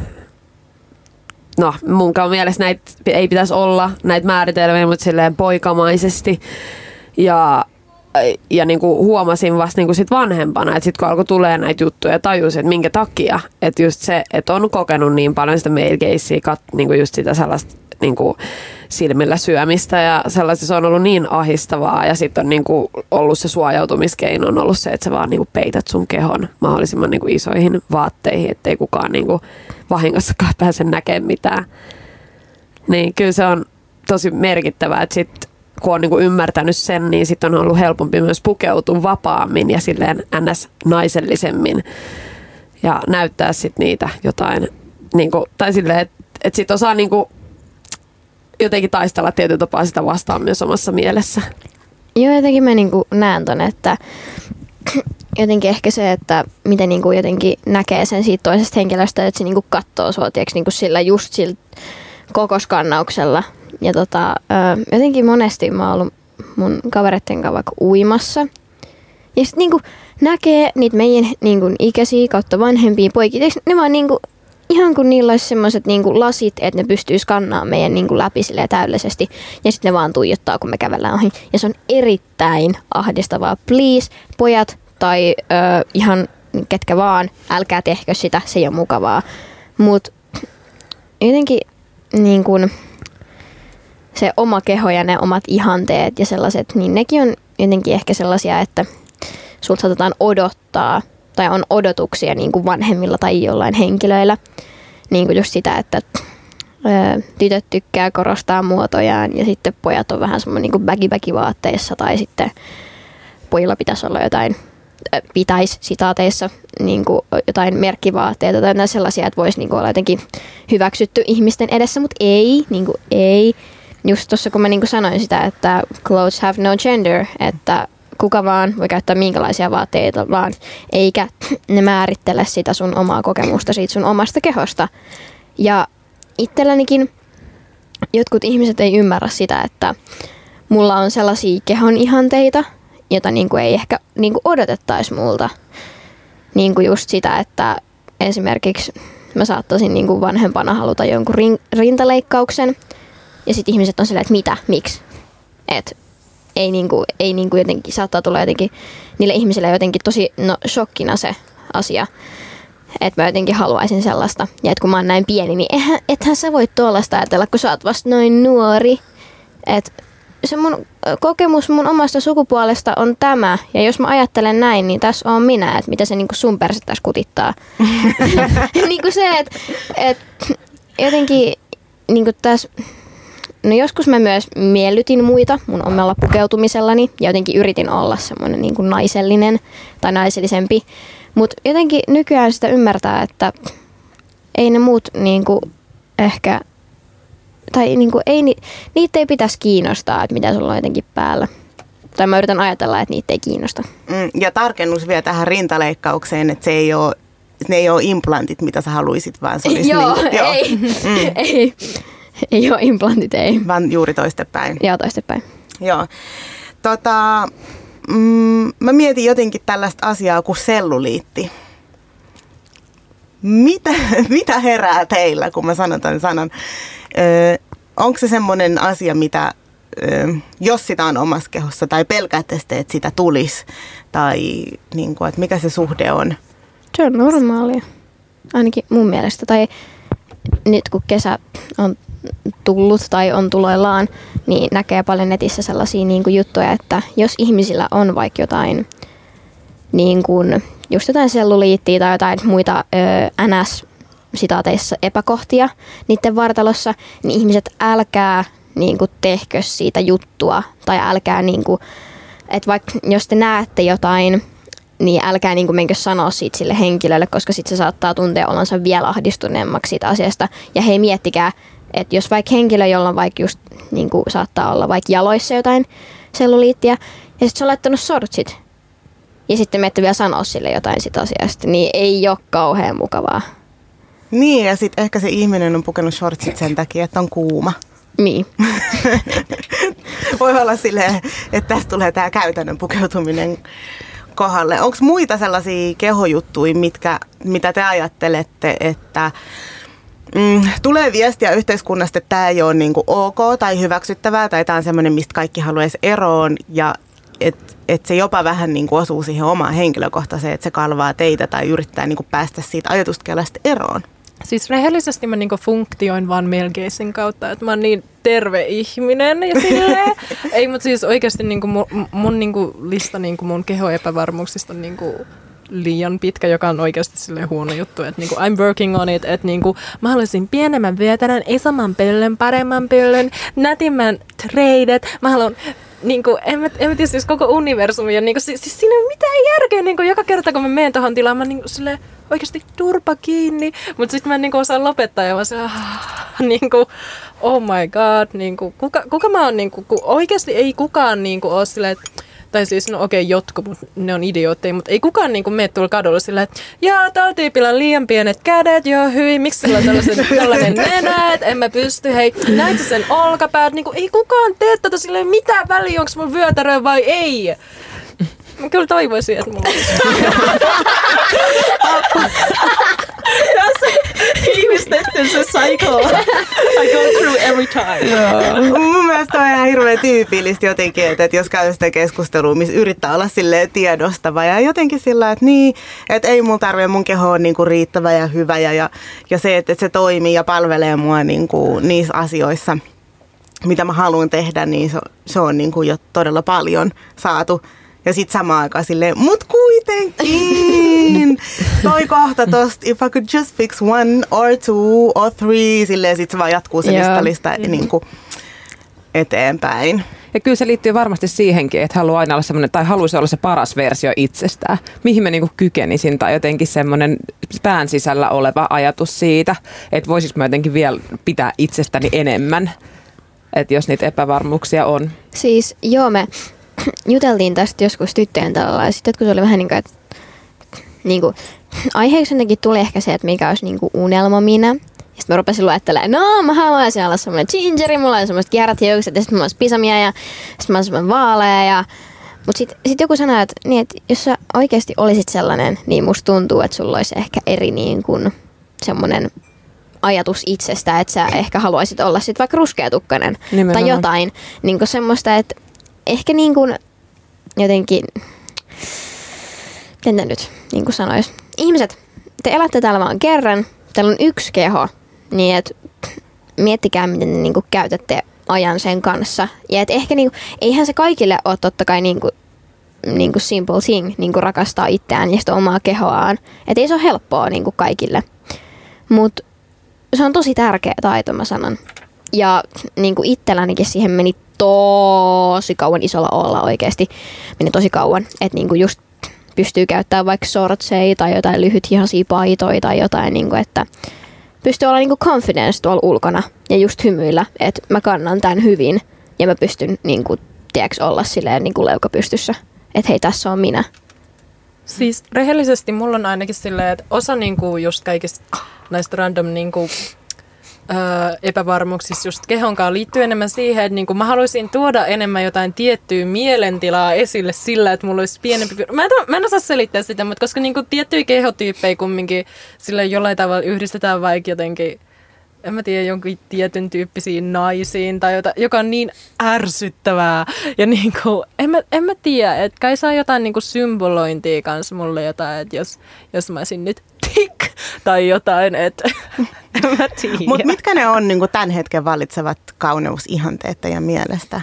No, munkaan mielestä näitä ei pitäisi olla, näitä määritelmiä, mutta silleen poikamaisesti. Ja, ja niinku huomasin vasta niinku sit vanhempana, että sit kun alkoi tulee näitä juttuja, tajusin, että minkä takia. Että just se, että on kokenut niin paljon sitä male gazea, niinku just sitä sellaista niinku silmillä syömistä ja sellaista, se on ollut niin ahistavaa ja sitten on niinku ollut se suojautumiskeino on ollut se, että sä vaan niinku peität sun kehon mahdollisimman niinku isoihin vaatteihin, ettei kukaan niinku vahingossakaan pääse näkemään mitään. Niin kyllä se on tosi merkittävää, että sit kun on niinku ymmärtänyt sen, niin sitten on ollut helpompi myös pukeutua vapaammin ja silleen ns. Naisellisemmin ja näyttää sitten niitä jotain, niinku, tai silleen, että et sit osaa niinku jotenkin taistella tietyllä tapaa sitä vastaan myös omassa mielessä. Joo, jotenkin mä niinku näen ton, että jotenkin ehkä se, että miten niinku jotenkin näkee sen siitä toisesta henkilöstä, että se niinku katsoo sua, tiiäks, niinku sillä just sillä kokoskannauksella. Ja tota, jotenkin monesti mä oon ollut mun kavereiden kanssa vaikka uimassa. Ja sit niinku näkee niitä meidän niinku ikäisiä kautta vanhempia poikia. Ne vaan niinku ihan kun niillä olisi semmoiset niinku lasit, että ne pystyy skannaamaan meidän niinku läpi silleen täydellisesti. Ja sitten ne vaan tuijottaa, kun me kävellään ohi. Ja se on erittäin ahdistavaa. Please, pojat tai ö, ihan ketkä vaan, älkää tehkö sitä, se ei ole mukavaa. Mut jotenkin niin kun, se oma keho ja ne omat ihanteet ja sellaiset, niin nekin on jotenkin ehkä sellaisia, että sulta saatetaan odottaa tai on odotuksia niin kuin vanhemmilla tai jollain henkilöillä. Niin kuin just sitä, että ö, tytöt tykkää korostaa muotojaan ja sitten pojat on vähän semmoinen niin kuin baggy-baggy vaatteissa tai sitten pojilla pitäisi olla jotain, ö, pitäisi sitaateissa niin kuin jotain merkkivaatteita tai sellaisia, että voisi niin kuin olla jotenkin hyväksytty ihmisten edessä, mutta ei, niin kuin ei. just tuossa kun mä niinku sanoin sitä, että clothes have no gender, että kuka vaan voi käyttää minkälaisia vaatteita vaan, eikä ne määrittele sitä sun omaa kokemusta siitä sun omasta kehosta. Ja itsellänikin jotkut ihmiset ei ymmärrä sitä, että mulla on sellaisia kehon ihanteita, jota niinku ei ehkä niinku odotettaisi multa. Niinku just sitä, että esimerkiksi mä saattaisin niinku vanhempana haluta jonkun rin- rintaleikkauksen. Ja sitten ihmiset on silleen, että mitä, miksi? Et ei, niinku, ei niinku jotenkin, saattaa tulla jotenkin niille ihmisille jotenkin tosi no, shokkina se asia. Että mä jotenkin haluaisin sellaista. Ja että kun mä oon näin pieni, niin eihän, ethän sä voi tuollaista ajatella, kun sä oot vasta noin nuori. Että se mun kokemus mun omasta sukupuolesta on tämä. Ja jos mä ajattelen näin, niin tässä on minä, että mitä se niinku sun perse tässä kutittaa. Niinku se, että et, jotenkin niinku tässä... No joskus mä myös miellytin muita mun omalla pukeutumisellani ja jotenkin yritin olla semmoinen niin kuin naisellinen tai naisellisempi. Mutta jotenkin nykyään sitä ymmärtää, että ei ne muut niin kuin ehkä, tai niin kuin ei, niitä ei pitäisi kiinnostaa, että mitä sulla on jotenkin päällä. Tai mä yritän ajatella, että niitä ei kiinnosta. Mm, ja tarkennus vielä tähän rintaleikkaukseen, että se ei ole, ne ei ole implantit, mitä sä haluisit, vaan se olisi joo, niin, joo, ei, mm. ei. Ei ole implantit, ei. Vaan juuri toistepäin. Joo, toistepäin. Joo. Tota, mm, mä mietin jotenkin tällaista asiaa kuin selluliitti. Mitä, mitä herää teillä, kun mä sanon tämän sanan? Öö, onko se semmoinen asia, mitä, öö, jos sitä on omassa kehossa, tai pelkäätte sitten, että sitä tulisi? Tai niin kuin, että mikä se suhde on? Se on normaalia. Ainakin mun mielestä. Tai nyt kun kesä on tullut tai on tuloillaan, niin näkee paljon netissä sellaisia niin kuin juttuja, että jos ihmisillä on vaikka jotain, niin kuin, just jotain selluliittiä tai jotain muita ö, N S-sitaateissa epäkohtia niiden vartalossa, niin ihmiset älkää niin kuin, tehkö siitä juttua tai älkää, niin kuin, että vaikka jos te näette jotain, niin älkää niin kuin menkö sanoa siitä sille henkilölle, koska sitten se saattaa tuntea olonsa vielä ahdistuneemmaksi siitä asiasta. Ja hei, miettikää, että jos vaikka henkilö, jolla on vaikka just niin kuin saattaa olla vaikka jaloissa jotain selluliittiä, ja sitten se on laittanut sortsit, ja sitten menette vielä sanoa sille jotain siitä asiasta, niin ei ole kauhean mukavaa. Niin, ja sitten ehkä se ihminen on pukenut shortsit sen takia, että on kuuma. Niin. Voi olla silleen, että tästä tulee tämä käytännön pukeutuminen kohdalle. Onko muita sellaisia kehojuttuja, mitkä, mitä te ajattelette, että mm, tulee viestiä yhteiskunnasta, että tämä ei ole niinku ok tai hyväksyttävää, tai tämä on semmoinen, mistä kaikki haluaisi eroon, ja että et se jopa vähän niinku osuu siihen omaan henkilökohtaiseen, että se kalvaa teitä tai yrittää niinku päästä siitä ajatuskelasta eroon. Siis rehellisesti mä niinku funktioin vaan melkein kautta, että mä oon niin terve ihminen ja silleen. Ei, mutta siis oikeasti niinku mun, mun niinku lista niinku mun kehoepävarmuuksista on niinku liian pitkä, joka on oikeasti silleen huono juttu, että niinku I'm working on it, että niinku mä haluaisin pienemmän veterän, isomman pöllön, paremman pöllön, nätimmän treidet, mä haluan niinku, en mä, en mä tiedä, siis koko universumi ja niinku, siis, siis siinä ei ole mitään järkeä, niinku joka kerta kun mä menen tohon tilaan, mä niinku silleen oikeasti turpa kiinni, mutta sitten mä en niinku osaa lopettaa ja mä se, ah, niinku, oh my god, niinku, kuka, kuka mä oon, niinku, ku, oikeasti ei kukaan niinku ole silleen, että tai siis, no okei, okay, jotkut, mutta ne on idiootteja, mutta ei kukaan niin mene tuolla kadulla sillä, että jaa, tällä tyypillä on liian pienet kädet, joo, hyvin, miksi sillä on tällainen nenä, että en mä pysty, hei, näitä sen olkapäät, niin kuin, ei kukaan tee tätä silleen, mitä väliä, onko mun vyötärö vai ei? Mä kyllä toivoisin, että mulla on ihmisten se cycle I go through every time. Joo. Mun mielestä on ihan hirveän tyypillistä jotenkin, että jos käy sitä keskustelua, missä yrittää olla silleen tiedostava ja jotenkin sillä, että niin, että ei mun tarvitse, mun keho on niinku riittävä ja hyvä ja, ja, ja se, että se toimii ja palvelee mua niinku niissä asioissa, mitä mä haluan tehdä, niin se, se on niinku jo todella paljon saatu. Ja sit samaan aikaan silleen, mut kuitenkin, toi kohta tosta, if I could just fix one or two or three, silleen sit se vaan jatkuu se listalista niin kuin eteenpäin. Ja kyllä se liittyy varmasti siihenkin, että haluaa aina olla semmoinen, tai haluaisi olla se paras versio itsestään, mihin mä niinku kykenisin, tai jotenkin semmoinen pään sisällä oleva ajatus siitä, että voisinko mä jotenkin vielä pitää itsestäni enemmän. että jos niitä epävarmuuksia on. Siis joo, me juteltiin tästä joskus tyttöjen talolla ja sitten kun se oli vähän niin kuin, että niin kuin, aiheeksi jotenkin tuli ehkä se, että mikä olisi niin kuin unelma minä. Ja sitten mä rupesin luettelemaan, no mä haluaisin olla semmoinen gingeri, mulla on semmoiset kierät hiukset ja sitten mulla olisi pisamia ja sitten mä olen semmoinen vaalea. Ja... Mutta sitten sit joku sanoi, että, niin, että jos sä oikeasti olisit sellainen, niin musta tuntuu, että sulla olisi ehkä eri niin kuin semmoinen ajatus itsestä, että sä ehkä haluaisit olla sitten vaikka ruskeatukkainen tai jotain. Niin kuin semmoista, että ehkä niin kuin jotenkin, miten nyt niin kuin sanois, ihmiset, te elätte täällä vaan kerran, täällä on yksi keho, niin että miettikää, miten te niin kuin käytätte ajan sen kanssa. Ja et ehkä niin kuin, eihän se kaikille ole totta kai niin kuin, niin kuin simple thing, niin kuin rakastaa itseään ja sitä omaa kehoaan. Että ei se ole helppoa niin kuin kaikille. Mutta se on tosi tärkeä taito, mä sanon. Ja niin kuin itsellänikin siihen meni tosi kauan isolla olla oikeasti. Meni tosi kauan, että niin kuin just pystyy käyttämään vaikka sortseja tai jotain lyhythihaisia paitoja tai jotain, niin kuin, että pystyy olla niin kuin confidence tuolla ulkona ja just hymyillä, että mä kannan tämän hyvin ja mä pystyn niin kuin, tiedäks, olla silleen niin kuin leuka pystyssä, että hei, tässä on minä. Siis rehellisesti mulla on ainakin silleen, että osa niin kuin just kaikista näistä random niin kuin Öö, epävarmuuksissa just kehonkaan liittyy enemmän siihen, että niinku mä haluaisin tuoda enemmän jotain tiettyä mielentilaa esille sillä, että mulla olisi pienempi... Mä en, mä en osaa selittää sitä, mutta koska niinku tiettyjä kehotyyppejä kumminkin sillä jollain tavalla yhdistetään vaikka jotenkin, en mä tiedä, jonkin tietyn tyyppisiin naisiin tai jotain, joka on niin ärsyttävää. Ja niinku, en mä, en mä tiedä, että kai saa jotain niinku symbolointia kanssa mulle jotain, että jos, jos mä olisin nyt tik tai jotain, että en mä tiedä. Mutta mitkä ne on niinku tämän hetken vallitsevat kauneusihanteet teidän mielestä?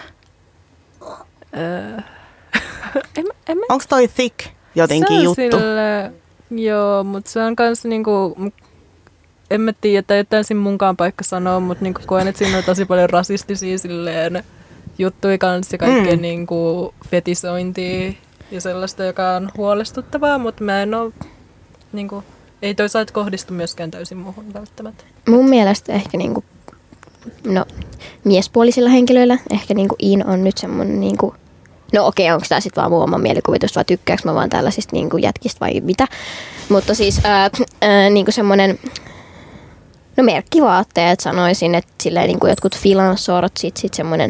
Öö, en, en mä... Onko toi thick jotenkin juttu? Sille, joo, mutta se on kans niinku... En mä tiedä, että ei ole täysin munkaan paikka sanoa, mutta niinku koen, että siinä on tosi paljon rasistisia silleen juttuja kanssa ja kaikkea mm. niinku fetisointia ja sellaista, joka on huolestuttavaa, mutta mä en oo, niinku, ei toisaalta kohdistu myöskään täysin muuhun välttämättä. Mun mielestä ehkä niinku, no, miespuolisilla henkilöillä ehkä niinku in on nyt semmonen niinku, no okei, onko tää sit vaan mun oma mielikuvitus vai tykkääks mä vaan tällaisista niinku jätkistä vai mitä, mutta siis ää, ää, niinku semmonen no merkkivaatteet sanoisin, että silleen niin kuin jotkut Filan sortsit, sitten semmoinen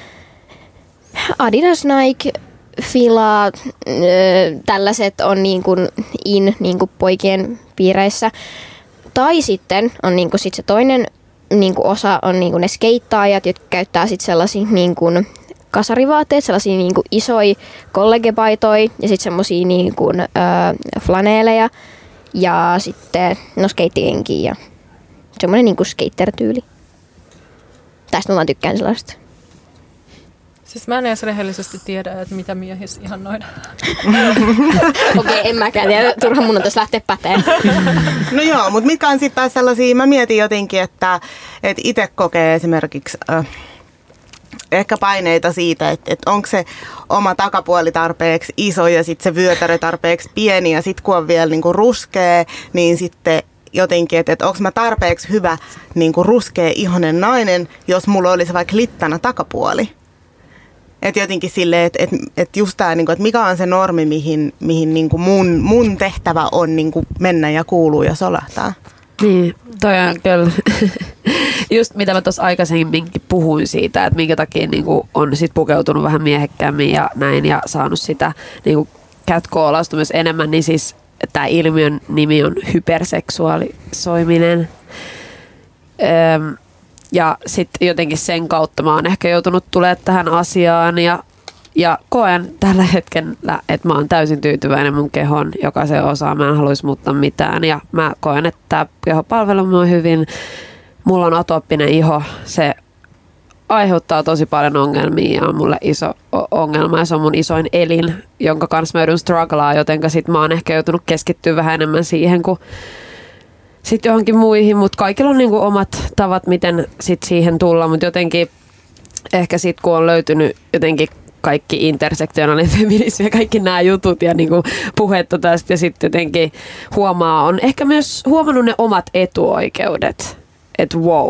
Adidas, Nike, Fila, äh, tällaiset on niin kuin in niin kuin poikien piireissä. Tai sitten on niin kuin sit se toinen niin kuin osa on niin kuin ne skeittaajat, jotka käyttää sitten sellaisia niin kuin kasarivaatteet, sellaisia niin kuin isoja kollegepaitoja ja sitten semmoisia niin kuin äh, flaneeleja ja sitten no skeittikenkiä ja semmoinen niinku skater-tyyli. Tästä mä vaan tykkään sellaista. Siis mä en edes rehellisesti tiedä, että mitä miehissä ihannoidaan. Okei, okay, en mäkään tiedä. Turha mun on tässä lähteä päteen. No joo, mutta mitkä on sitten taas sellaisia, mä mietin jotenkin, että, että itse kokee esimerkiksi äh, ehkä paineita siitä, että, että onko se oma takapuoli tarpeeksi iso ja sitten se vyötärö tarpeeksi pieni ja sitten kun on vielä niinku ruskea, niin sitten jotenkin, että, että onko mä tarpeeksi hyvä niin kuin ruskea ihonen nainen, jos mulla olisi vaikka littana takapuoli. Että jotenkin silleen, että, että, että just tämä, että mikä on se normi, mihin, mihin niin kuin mun, mun tehtävä on niin kuin mennä ja kuuluu ja solahtaa. Niin, toi on kyllä just mitä mä tuossa aikaisemminkin puhuin siitä, että minkä takia niin kuin on sit pukeutunut vähän miehekkäämmin ja näin ja saanut sitä niin kuin catcallausta myös enemmän, niin siis tämä ilmiön nimi on hyperseksuaalisoiminen. Öm, ja sitten jotenkin sen kautta mä oon ehkä joutunut tulemaan tähän asiaan ja, ja koen tällä hetkellä, että mä oon täysin tyytyväinen mun kehon jokaisen osaan. Mä en haluaisi muuttaa mitään ja mä koen, että tämä keho palvelee mua hyvin. Mulla on atooppinen iho, se aiheuttaa tosi paljon ongelmia ja on mulle iso ongelma ja se on mun isoin elin, jonka kanssa mä joudun strugglaa, jotenka sit mä oon ehkä joutunut keskittyä vähän enemmän siihen kuin sit johonkin muihin, mutta kaikilla on niinku omat tavat, miten sit siihen tulla, mutta jotenkin ehkä sit kun on löytynyt jotenkin kaikki intersektionaalinen feminismi ja kaikki nämä jutut ja niinku puhetta tästä ja sitten jotenkin huomaa, on ehkä myös huomannut ne omat etuoikeudet, että wow,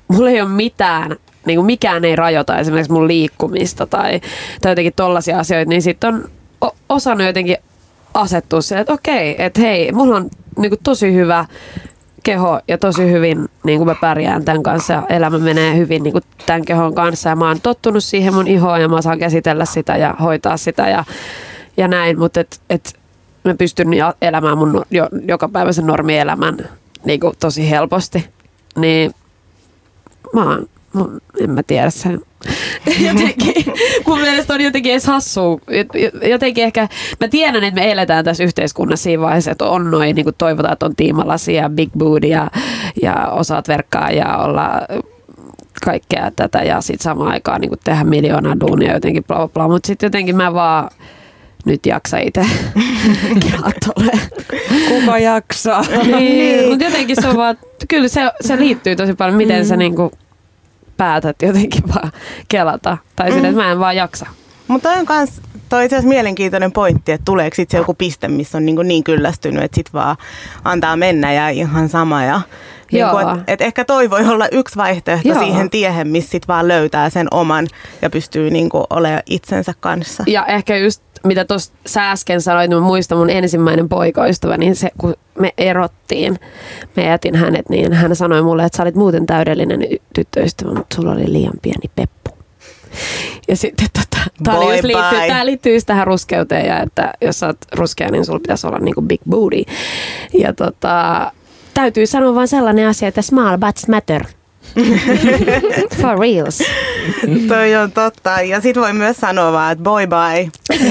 mulla ei ole mitään, niin kuin mikään ei rajoita esimerkiksi mun liikkumista tai, tai jotenkin tollaisia asioita, niin sitten on o- osannut jotenkin asettua siihen, että okei, että hei, mulla on niin kuin tosi hyvä keho ja tosi hyvin niin kuin mä pärjään tämän kanssa ja elämä menee hyvin niin kuin tämän kehon kanssa ja mä oon tottunut siihen mun ihoon ja mä saan käsitellä sitä ja hoitaa sitä ja, ja näin, mutta et, et mä pystyn elämään mun jo, jokapäiväisen normielämän niin kuin tosi helposti, niin mä oon, en mä tiedä sen. Jotenkin, mun mielestä on jotenkin edes hassua. Jotenkin ehkä, mä tiedän, että me eletään tässä yhteiskunnassa siinä vaiheessa, että on noin, niin kuin toivotaan, että on tiimalasia ja big booty ja, ja osaat verkkaa ja olla kaikkea tätä ja sitten samaan aikaan niin kuin tehdä miljoonaa duunia jotenkin bla bla bla. Mutta sitten jotenkin mä vaan nyt jaksa itse kelatolle. Kuka jaksaa? Niin, mutta jotenkin se on vaan, kyllä se, se liittyy tosi paljon, miten mm. sä niinku päätät jotenkin vaan kelata. Tai mm. sitä, että mä en vaan jaksa. Mutta toi on kans, toi itse asiassa mielenkiintoinen pointti, että tuleeko sitten se joku piste, missä on niin, niin kyllästynyt, että sit vaan antaa mennä ja ihan sama. Ja niin että et ehkä toi voi olla yksi vaihtoehto Joo. siihen tiehen, missä sit vaan löytää sen oman ja pystyy niin olemaan itsensä kanssa. Ja ehkä just mitä tuossa sä äsken sanoit, niin mä muistan mun ensimmäinen poikaystävä, niin se kun me erottiin, me jätin hänet, niin hän sanoi mulle, että sä olit muuten täydellinen tyttöystävä, mutta sulla oli liian pieni peppu. Ja sitten tota, tää, oli liittyy, tää liittyy just tähän ruskeuteen ja että jos sä oot ruskea, niin sulla pitäisi olla niinku big booty. Ja tota, täytyy sanoa vaan sellainen asia, että small butts matter. For reals. Toi on totta. Ja sit voi myös sanoa vaan, että boy bye.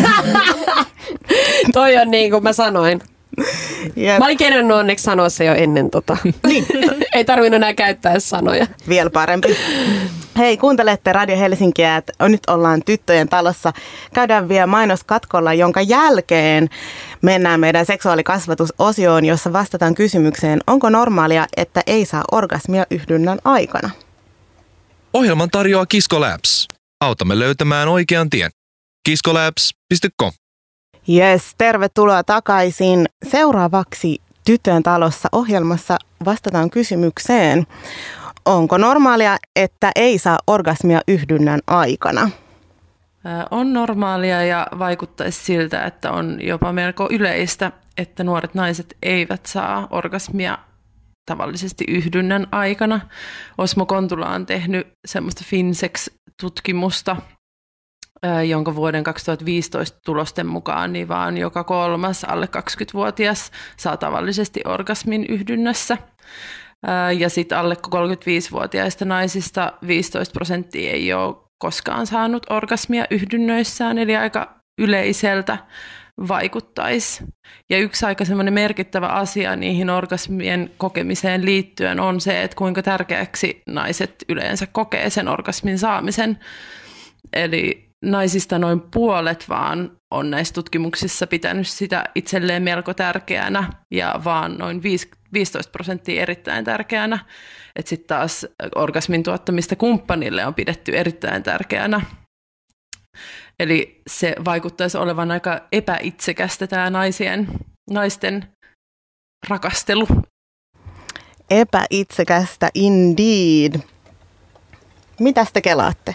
Toi on niin kuin mä sanoin. Yep. Mä olin kerennyt onneksi sanoa se jo ennen tota. Niin. Ei tarvinnut enää käyttää sanoja. Vielä parempi. Hei, kuuntelette Radio Helsinkiä, että nyt ollaan Tyttöjen talossa. Käydään vielä mainoskatkolla, jonka jälkeen mennään meidän seksuaalikasvatusosioon, jossa vastataan kysymykseen, onko normaalia, että ei saa orgasmia yhdynnän aikana? Ohjelman tarjoaa Kisko Labs. Autamme löytämään oikean tien. kiskolabs piste com. Yes, tervetuloa takaisin. Seuraavaksi Tyttöjen talossa ohjelmassa vastataan kysymykseen. Onko normaalia, että ei saa orgasmia yhdynnän aikana? On normaalia ja vaikuttaisi siltä, että on jopa melko yleistä, että nuoret naiset eivät saa orgasmia tavallisesti yhdynnän aikana. Osmo Kontula on tehnyt semmoista Finsex-tutkimusta, jonka vuoden kaksituhattaviisitoista tulosten mukaan niin vaan joka kolmas alle kaksikymmentävuotias saa tavallisesti orgasmin yhdynnässä. Ja sitten alle kolmekymmentäviisivuotiaista naisista viisitoista prosenttia ei ole koskaan saanut orgasmia yhdynnöissään, eli aika yleiseltä vaikuttaisi. Ja yksi aika semmoinen merkittävä asia niihin orgasmien kokemiseen liittyen on se, että kuinka tärkeäksi naiset yleensä kokee sen orgasmin saamisen. Eli naisista noin puolet vaan on näissä tutkimuksissa pitänyt sitä itselleen melko tärkeänä ja vaan noin viisitoista prosenttia erittäin tärkeänä. Että sitten taas orgasmin tuottamista kumppanille on pidetty erittäin tärkeänä. Eli se vaikuttaisi olevan aika epäitsekästä tämä naisien, naisten rakastelu. Epäitsekästä indeed. Mitäs te kelaatte?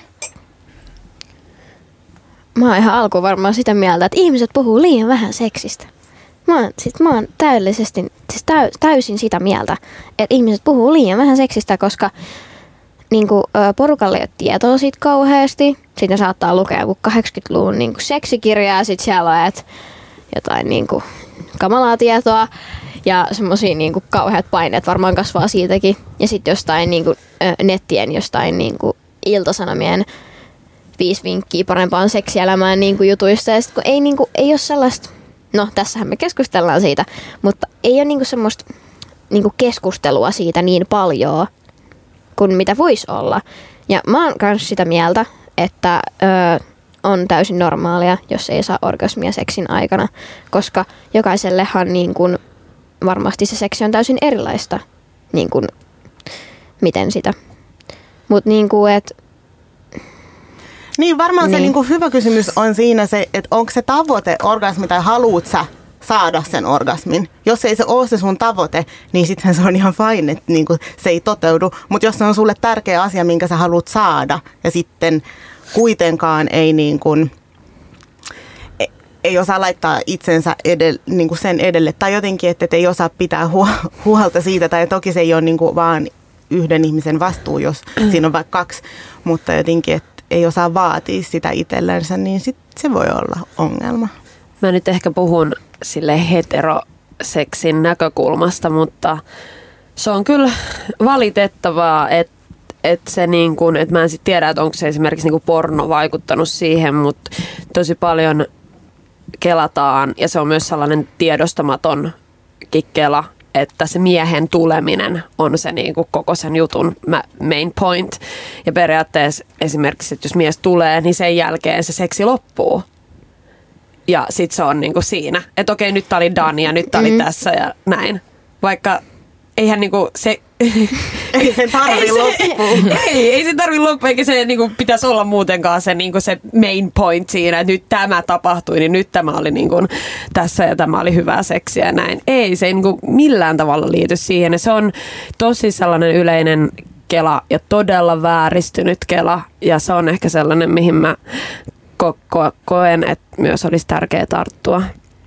Mä oon ihan alkuun varmaan sitä mieltä, että ihmiset puhuu liian vähän seksistä. Mä oon, sit mä oon täydellisesti, siis täy, täysin sitä mieltä, että ihmiset puhuu liian vähän seksistä, koska niinku, porukalle ei ole tietoa siitä kauheasti. Sitten saattaa lukea joku kahdeksankymmentäluvun niinku, seksikirjaa ja sitten siellä on et, jotain niinku, kamalaa tietoa ja semmosia niinku, kauheat paineet varmaan kasvaa siitäkin. Ja sitten jostain niinku, nettien, jostain niinku, Ilta-Sanomien viisi vinkkiä parempaan seksielämään niin kuin jutuissa. Ja sit, kun ei, niin kuin, ei ole sellaista, no tässähän me keskustellaan siitä, mutta ei ole niin kuin semmoista niin kuin keskustelua siitä niin paljon kuin mitä voisi olla. Ja mä oon myös sitä mieltä, että ö, on täysin normaalia, jos ei saa orgasmia seksin aikana, koska jokaisellehan niin kuin, varmasti se seksi on täysin erilaista, niin kuin, miten sitä. Mutta niin kuin, että Niin, varmaan niin. Se Niin. niin kuin hyvä kysymys on siinä se, että onko se tavoite orgasmi tai haluut sä saada sen orgasmin. Jos ei se ole se sun tavoite, niin sittenhän se on ihan fine, että niin kuin se ei toteudu. Mutta jos se on sulle tärkeä asia, minkä sä haluat saada ja sitten kuitenkaan ei niin kuin, ei osaa laittaa itsensä edelle, niin kuin sen edelle tai jotenkin, että et ei osaa pitää huolta siitä tai toki se ei ole niin kuin vaan yhden ihmisen vastuu, jos siinä on vaikka kaksi, mutta jotenkin, että ei osaa vaatia sitä itsellensä, niin sit se voi olla ongelma. Mä nyt ehkä puhun sille heteroseksin näkökulmasta, mutta se on kyllä valitettavaa, että et se niin kuin, että mä en sit tiedä, että onko se esimerkiksi niin kuin porno vaikuttanut siihen, mutta tosi paljon kelataan ja se on myös sellainen tiedostamaton kikkela, että se miehen tuleminen on se niin kuin koko sen jutun main point. Ja periaatteessa esimerkiksi, että jos mies tulee, niin sen jälkeen se seksi loppuu. Ja sit se on niin kuin siinä, että okei, nyt tää oli done ja nyt tää oli tässä ja näin. Vaikka eihän niinku se... Ei se tarvi loppua. Ei, ei se tarvi loppua, eikä se niinku pitäisi olla muutenkaan se, niinku se main point siinä, että nyt tämä tapahtui, niin nyt tämä oli niinku tässä ja tämä oli hyvää seksiä ja näin. Ei, se ei niinku millään tavalla liity siihen. Ja se on tosi sellainen yleinen kela ja todella vääristynyt kela. Ja se on ehkä sellainen, mihin mä ko- ko- koen, että myös olisi tärkeää tarttua.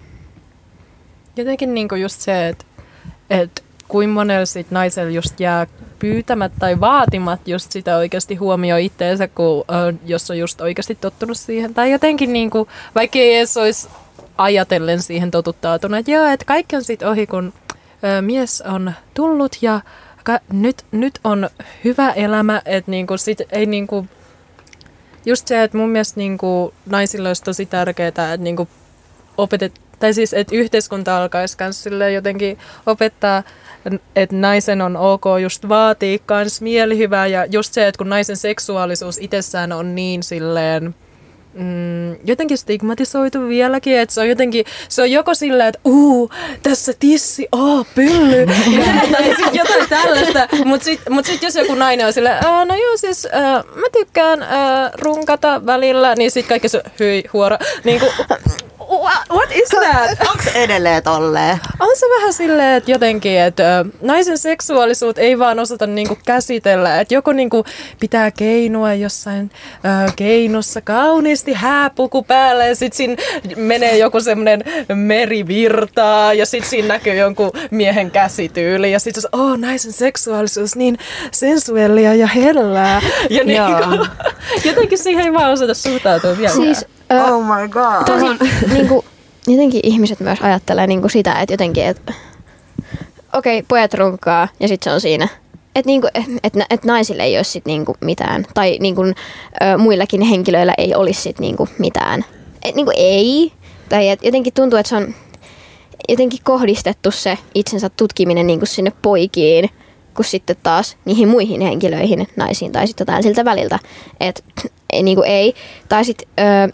Jotenkin niinku just se, että et kuinka monella sit naisella just jää pyytämät tai vaatimat just sitä oikeasti huomioi itteensä, kun äh, jos on just oikeasti tottunut siihen. Tai jotenkin niinku, vaikka ei edes olisi ajatellen siihen totuttautunut, että joo, että kaikki on sitten ohi, kun äh, mies on tullut ja ka- nyt, nyt on hyvä elämä, että niinku sit ei niinku, just se, että mun mielestä niinku naisilla olisi tosi tärkeää, että niinku opetet, tai siis, että yhteiskunta alkaisi myös jotenkin opettaa, että naisen on ok just vaatii kans mielihyvää ja just se, että kun naisen seksuaalisuus itsessään on niin silleen mm, jotenkin stigmatisoitu vieläkin, että se on jotenkin, se on joko silleen, että uu, tässä tissi, oo, pylly, tai sitten jotain tällaista, mutta sitten mut sit jos joku nainen on silleen, no joo siis äh, mä tykkään äh, runkata välillä, niin sitten kaikki se, hyi, huora, niin kuin, what is that? Onko edelleen tolleen? On se vähän silleen, että jotenkin, että ö, naisen seksuaalisuus ei vaan osata niinku käsitellä. Että joko niinku pitää keinua jossain ö, keinussa kauniisti hääpuku päällä ja sitten siinä menee joku semmoinen merivirtaa ja sitten siinä näkyy jonkun miehen käsityyli. Ja sitten se on, oh, naisen seksuaalisuus niin sensuellia ja hellää. Ja niinku, jotenkin siihen ei vaan osata suhtautua vielä. Siis, oh my god. Tosi, niinku, jotenkin ihmiset myös ajattelee niinku sitä, että jotenkin, että okei, okay, pojat runkkaa ja sitten se on siinä. Että niinku, et, et, et naisille ei ole sit niinku mitään. Tai niinku, ö, muillakin henkilöillä ei olisi sit niinku mitään. Et niinku ei. Tai et jotenkin tuntuu, että se on jotenkin kohdistettu se itsensä tutkiminen niinku sinne poikiin, kuin sitten taas niihin muihin henkilöihin, naisiin tai sitten jotain siltä väliltä. Että niinku ei. Tai sitten...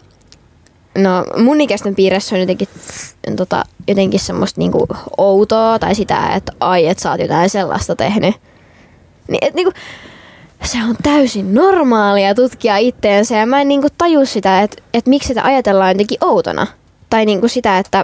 No mun ikäisten piirissä on jotenkin, tota, jotenkin semmoista niinku outoa tai sitä, että ai, et sä oot jotain sellaista tehnyt. Niin, et niinku, se on täysin normaalia tutkia itteensä ja mä en niinku taju sitä, että et miksi sitä ajatellaan jotenkin outona. Tai niinku sitä, että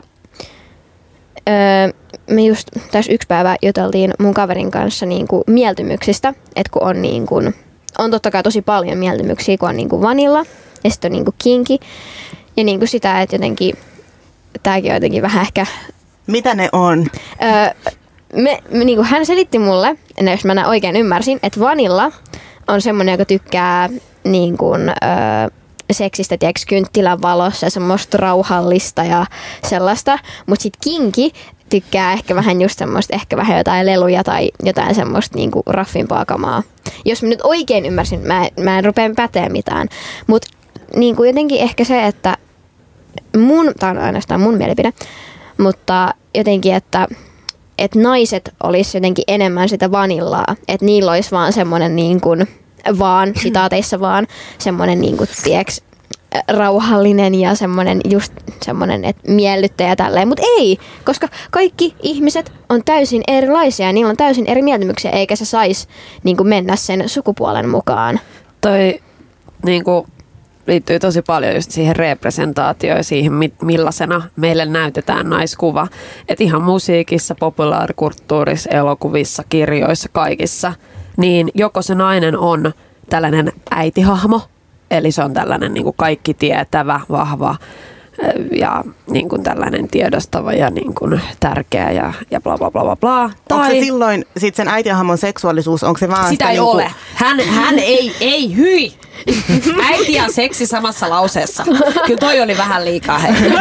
öö, me just tässä yksi päivä juteltiin mun kaverin kanssa niinku mieltymyksistä, että kun on, niinku, on totta kai tosi paljon mieltymyksiä, kun on niinku vanilla ja sitten on niinku kinki. Ja niin kuin sitä, että jotenkin, tämäkin on jotenkin vähän ehkä... Mitä ne on? Öö, me, me, niin kuin hän selitti mulle, jos mä oikein ymmärsin, että vanilla on semmoinen, joka tykkää niin kuin, öö, seksistä, tiedätkö, kynttilän valossa ja semmoista rauhallista ja sellaista. Mutta sitten kinki tykkää ehkä vähän just semmoista, ehkä vähän jotain leluja tai jotain semmoista niin kuin raffimpaa kamaa. Jos mä nyt oikein ymmärsin, mä, mä en rupea päteä mitään. Mutta niin kuin jotenkin ehkä se, että mun, tämä on ainoastaan mun mielipide, mutta jotenkin, että, että naiset olisi jotenkin enemmän sitä vanillaa, että niillä olisi vaan semmoinen niin kuin, vaan, sitaateissa vaan, semmoinen niin kuin, tieks, rauhallinen ja semmoinen just semmoinen, että miellyttäjä tälleen, mutta ei, koska kaikki ihmiset on täysin erilaisia ja niillä on täysin eri mieltymyksiä, eikä se saisi niin kuin mennä sen sukupuolen mukaan. Toi niin kuin liittyy tosi paljon just siihen representaatioon ja siihen, millaisena meille näytetään naiskuva. Että ihan musiikissa, populaarikulttuurissa, elokuvissa, kirjoissa, kaikissa, niin joko se nainen on tällainen äitihahmo, eli se on tällainen niin kuin kaikki tietävä, vahva ja niin kuin tällainen tiedostava ja niin kuin tärkeä ja, ja bla bla bla bla bla. Tai onko se silloin sit sen äitihahmon seksuaalisuus, onko se vaan sitä, sitä ei niinku... ole. Hän, hän ei, ei, hyi! Äiti ja seksi samassa lauseessa. Kyllä toi oli vähän liikaa.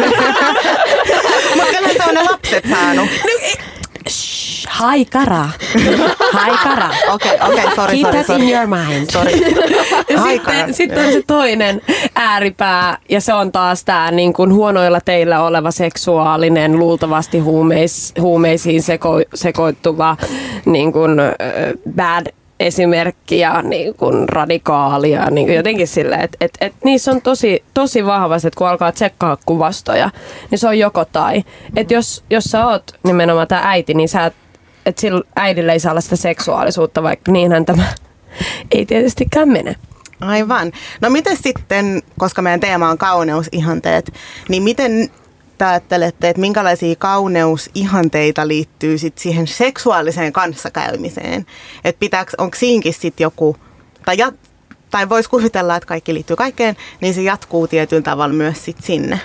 Mutta kyllä se on ne lapset saanut. Shh, haikara. Haikara. Okei, okei, sori, Keep sori, that sori. in your mind. Sorry. Sitten, sitten on se toinen ääripää, ja se on taas tämä niin kuin huonoilla teillä oleva seksuaalinen, luultavasti huumeis, huumeisiin seko, sekoittuva niin kuin, uh, bad esimerkki ja niin kuin radikaalia, niin kuin jotenkin silleen, että et, et niissä on tosi, tosi vahvasti, että kun alkaa tsekkaa kuvastoja, niin se on joko tai. Että jos, jos sä oot nimenomaan tämä äiti, niin sä, että sillä äidillä ei saa olla sitä seksuaalisuutta, vaikka niinhän tämä ei tietystikään mene. Aivan. No miten sitten, koska meidän teema on kauneusihanteet, niin miten te ajattelette, että minkälaisia kauneusihanteita liittyy sit siihen seksuaaliseen kanssakäymiseen? Että pitääkö, onko siinkin sitten joku, tai, jat, tai voisi kuvitella, että kaikki liittyy kaikkeen, niin se jatkuu tietyllä tavalla myös sit sinne?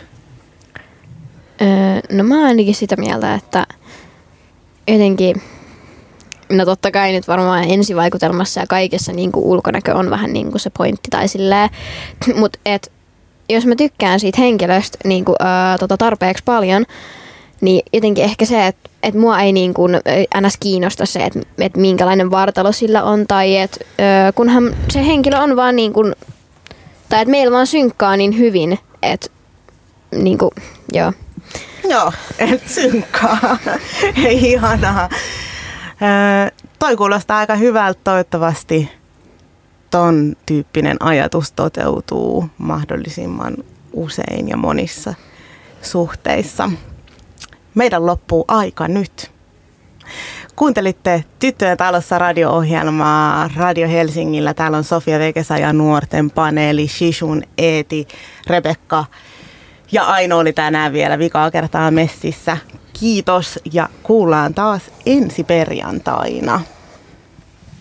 Öö, no mä oon ainakin sitä mieltä, että jotenkin, no totta kai nyt varmaan ensivaikutelmassa ja kaikessa niin kuin ulkonäkö on vähän niin kuin se pointti tai silleen, mutta et jos mä tykkään siitä henkilöstä niin kuin, ää, tota tarpeeksi paljon, niin jotenkin ehkä se, että et mua ei niin kuin, ns. Kiinnosta se, että et minkälainen vartalo sillä on, tai että kunhan se henkilö on vaan niin kuin, tai että meillä vaan synkkaa niin hyvin, että niin kuin, joo. Joo, et synkkaa. Ihanaa. Öö, toi kuulostaa aika hyvältä, toivottavasti ton tyyppinen ajatus toteutuu mahdollisimman usein ja monissa suhteissa. Meidän loppuu aika nyt. Kuuntelitte Tyttöjen talossa radio-ohjelmaa Radio Helsingillä. Täällä on Sofia Vekesa ja nuorten paneeli, Shishun, Eeti, Rebekka ja Aino oli tänään vielä vikaa kertaa messissä. Kiitos ja kuullaan taas ensi perjantaina.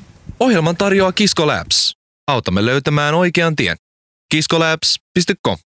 Ohjelman tarjoaa Kisko Labs. Autamme löytämään oikean tien. kiskolabs piste com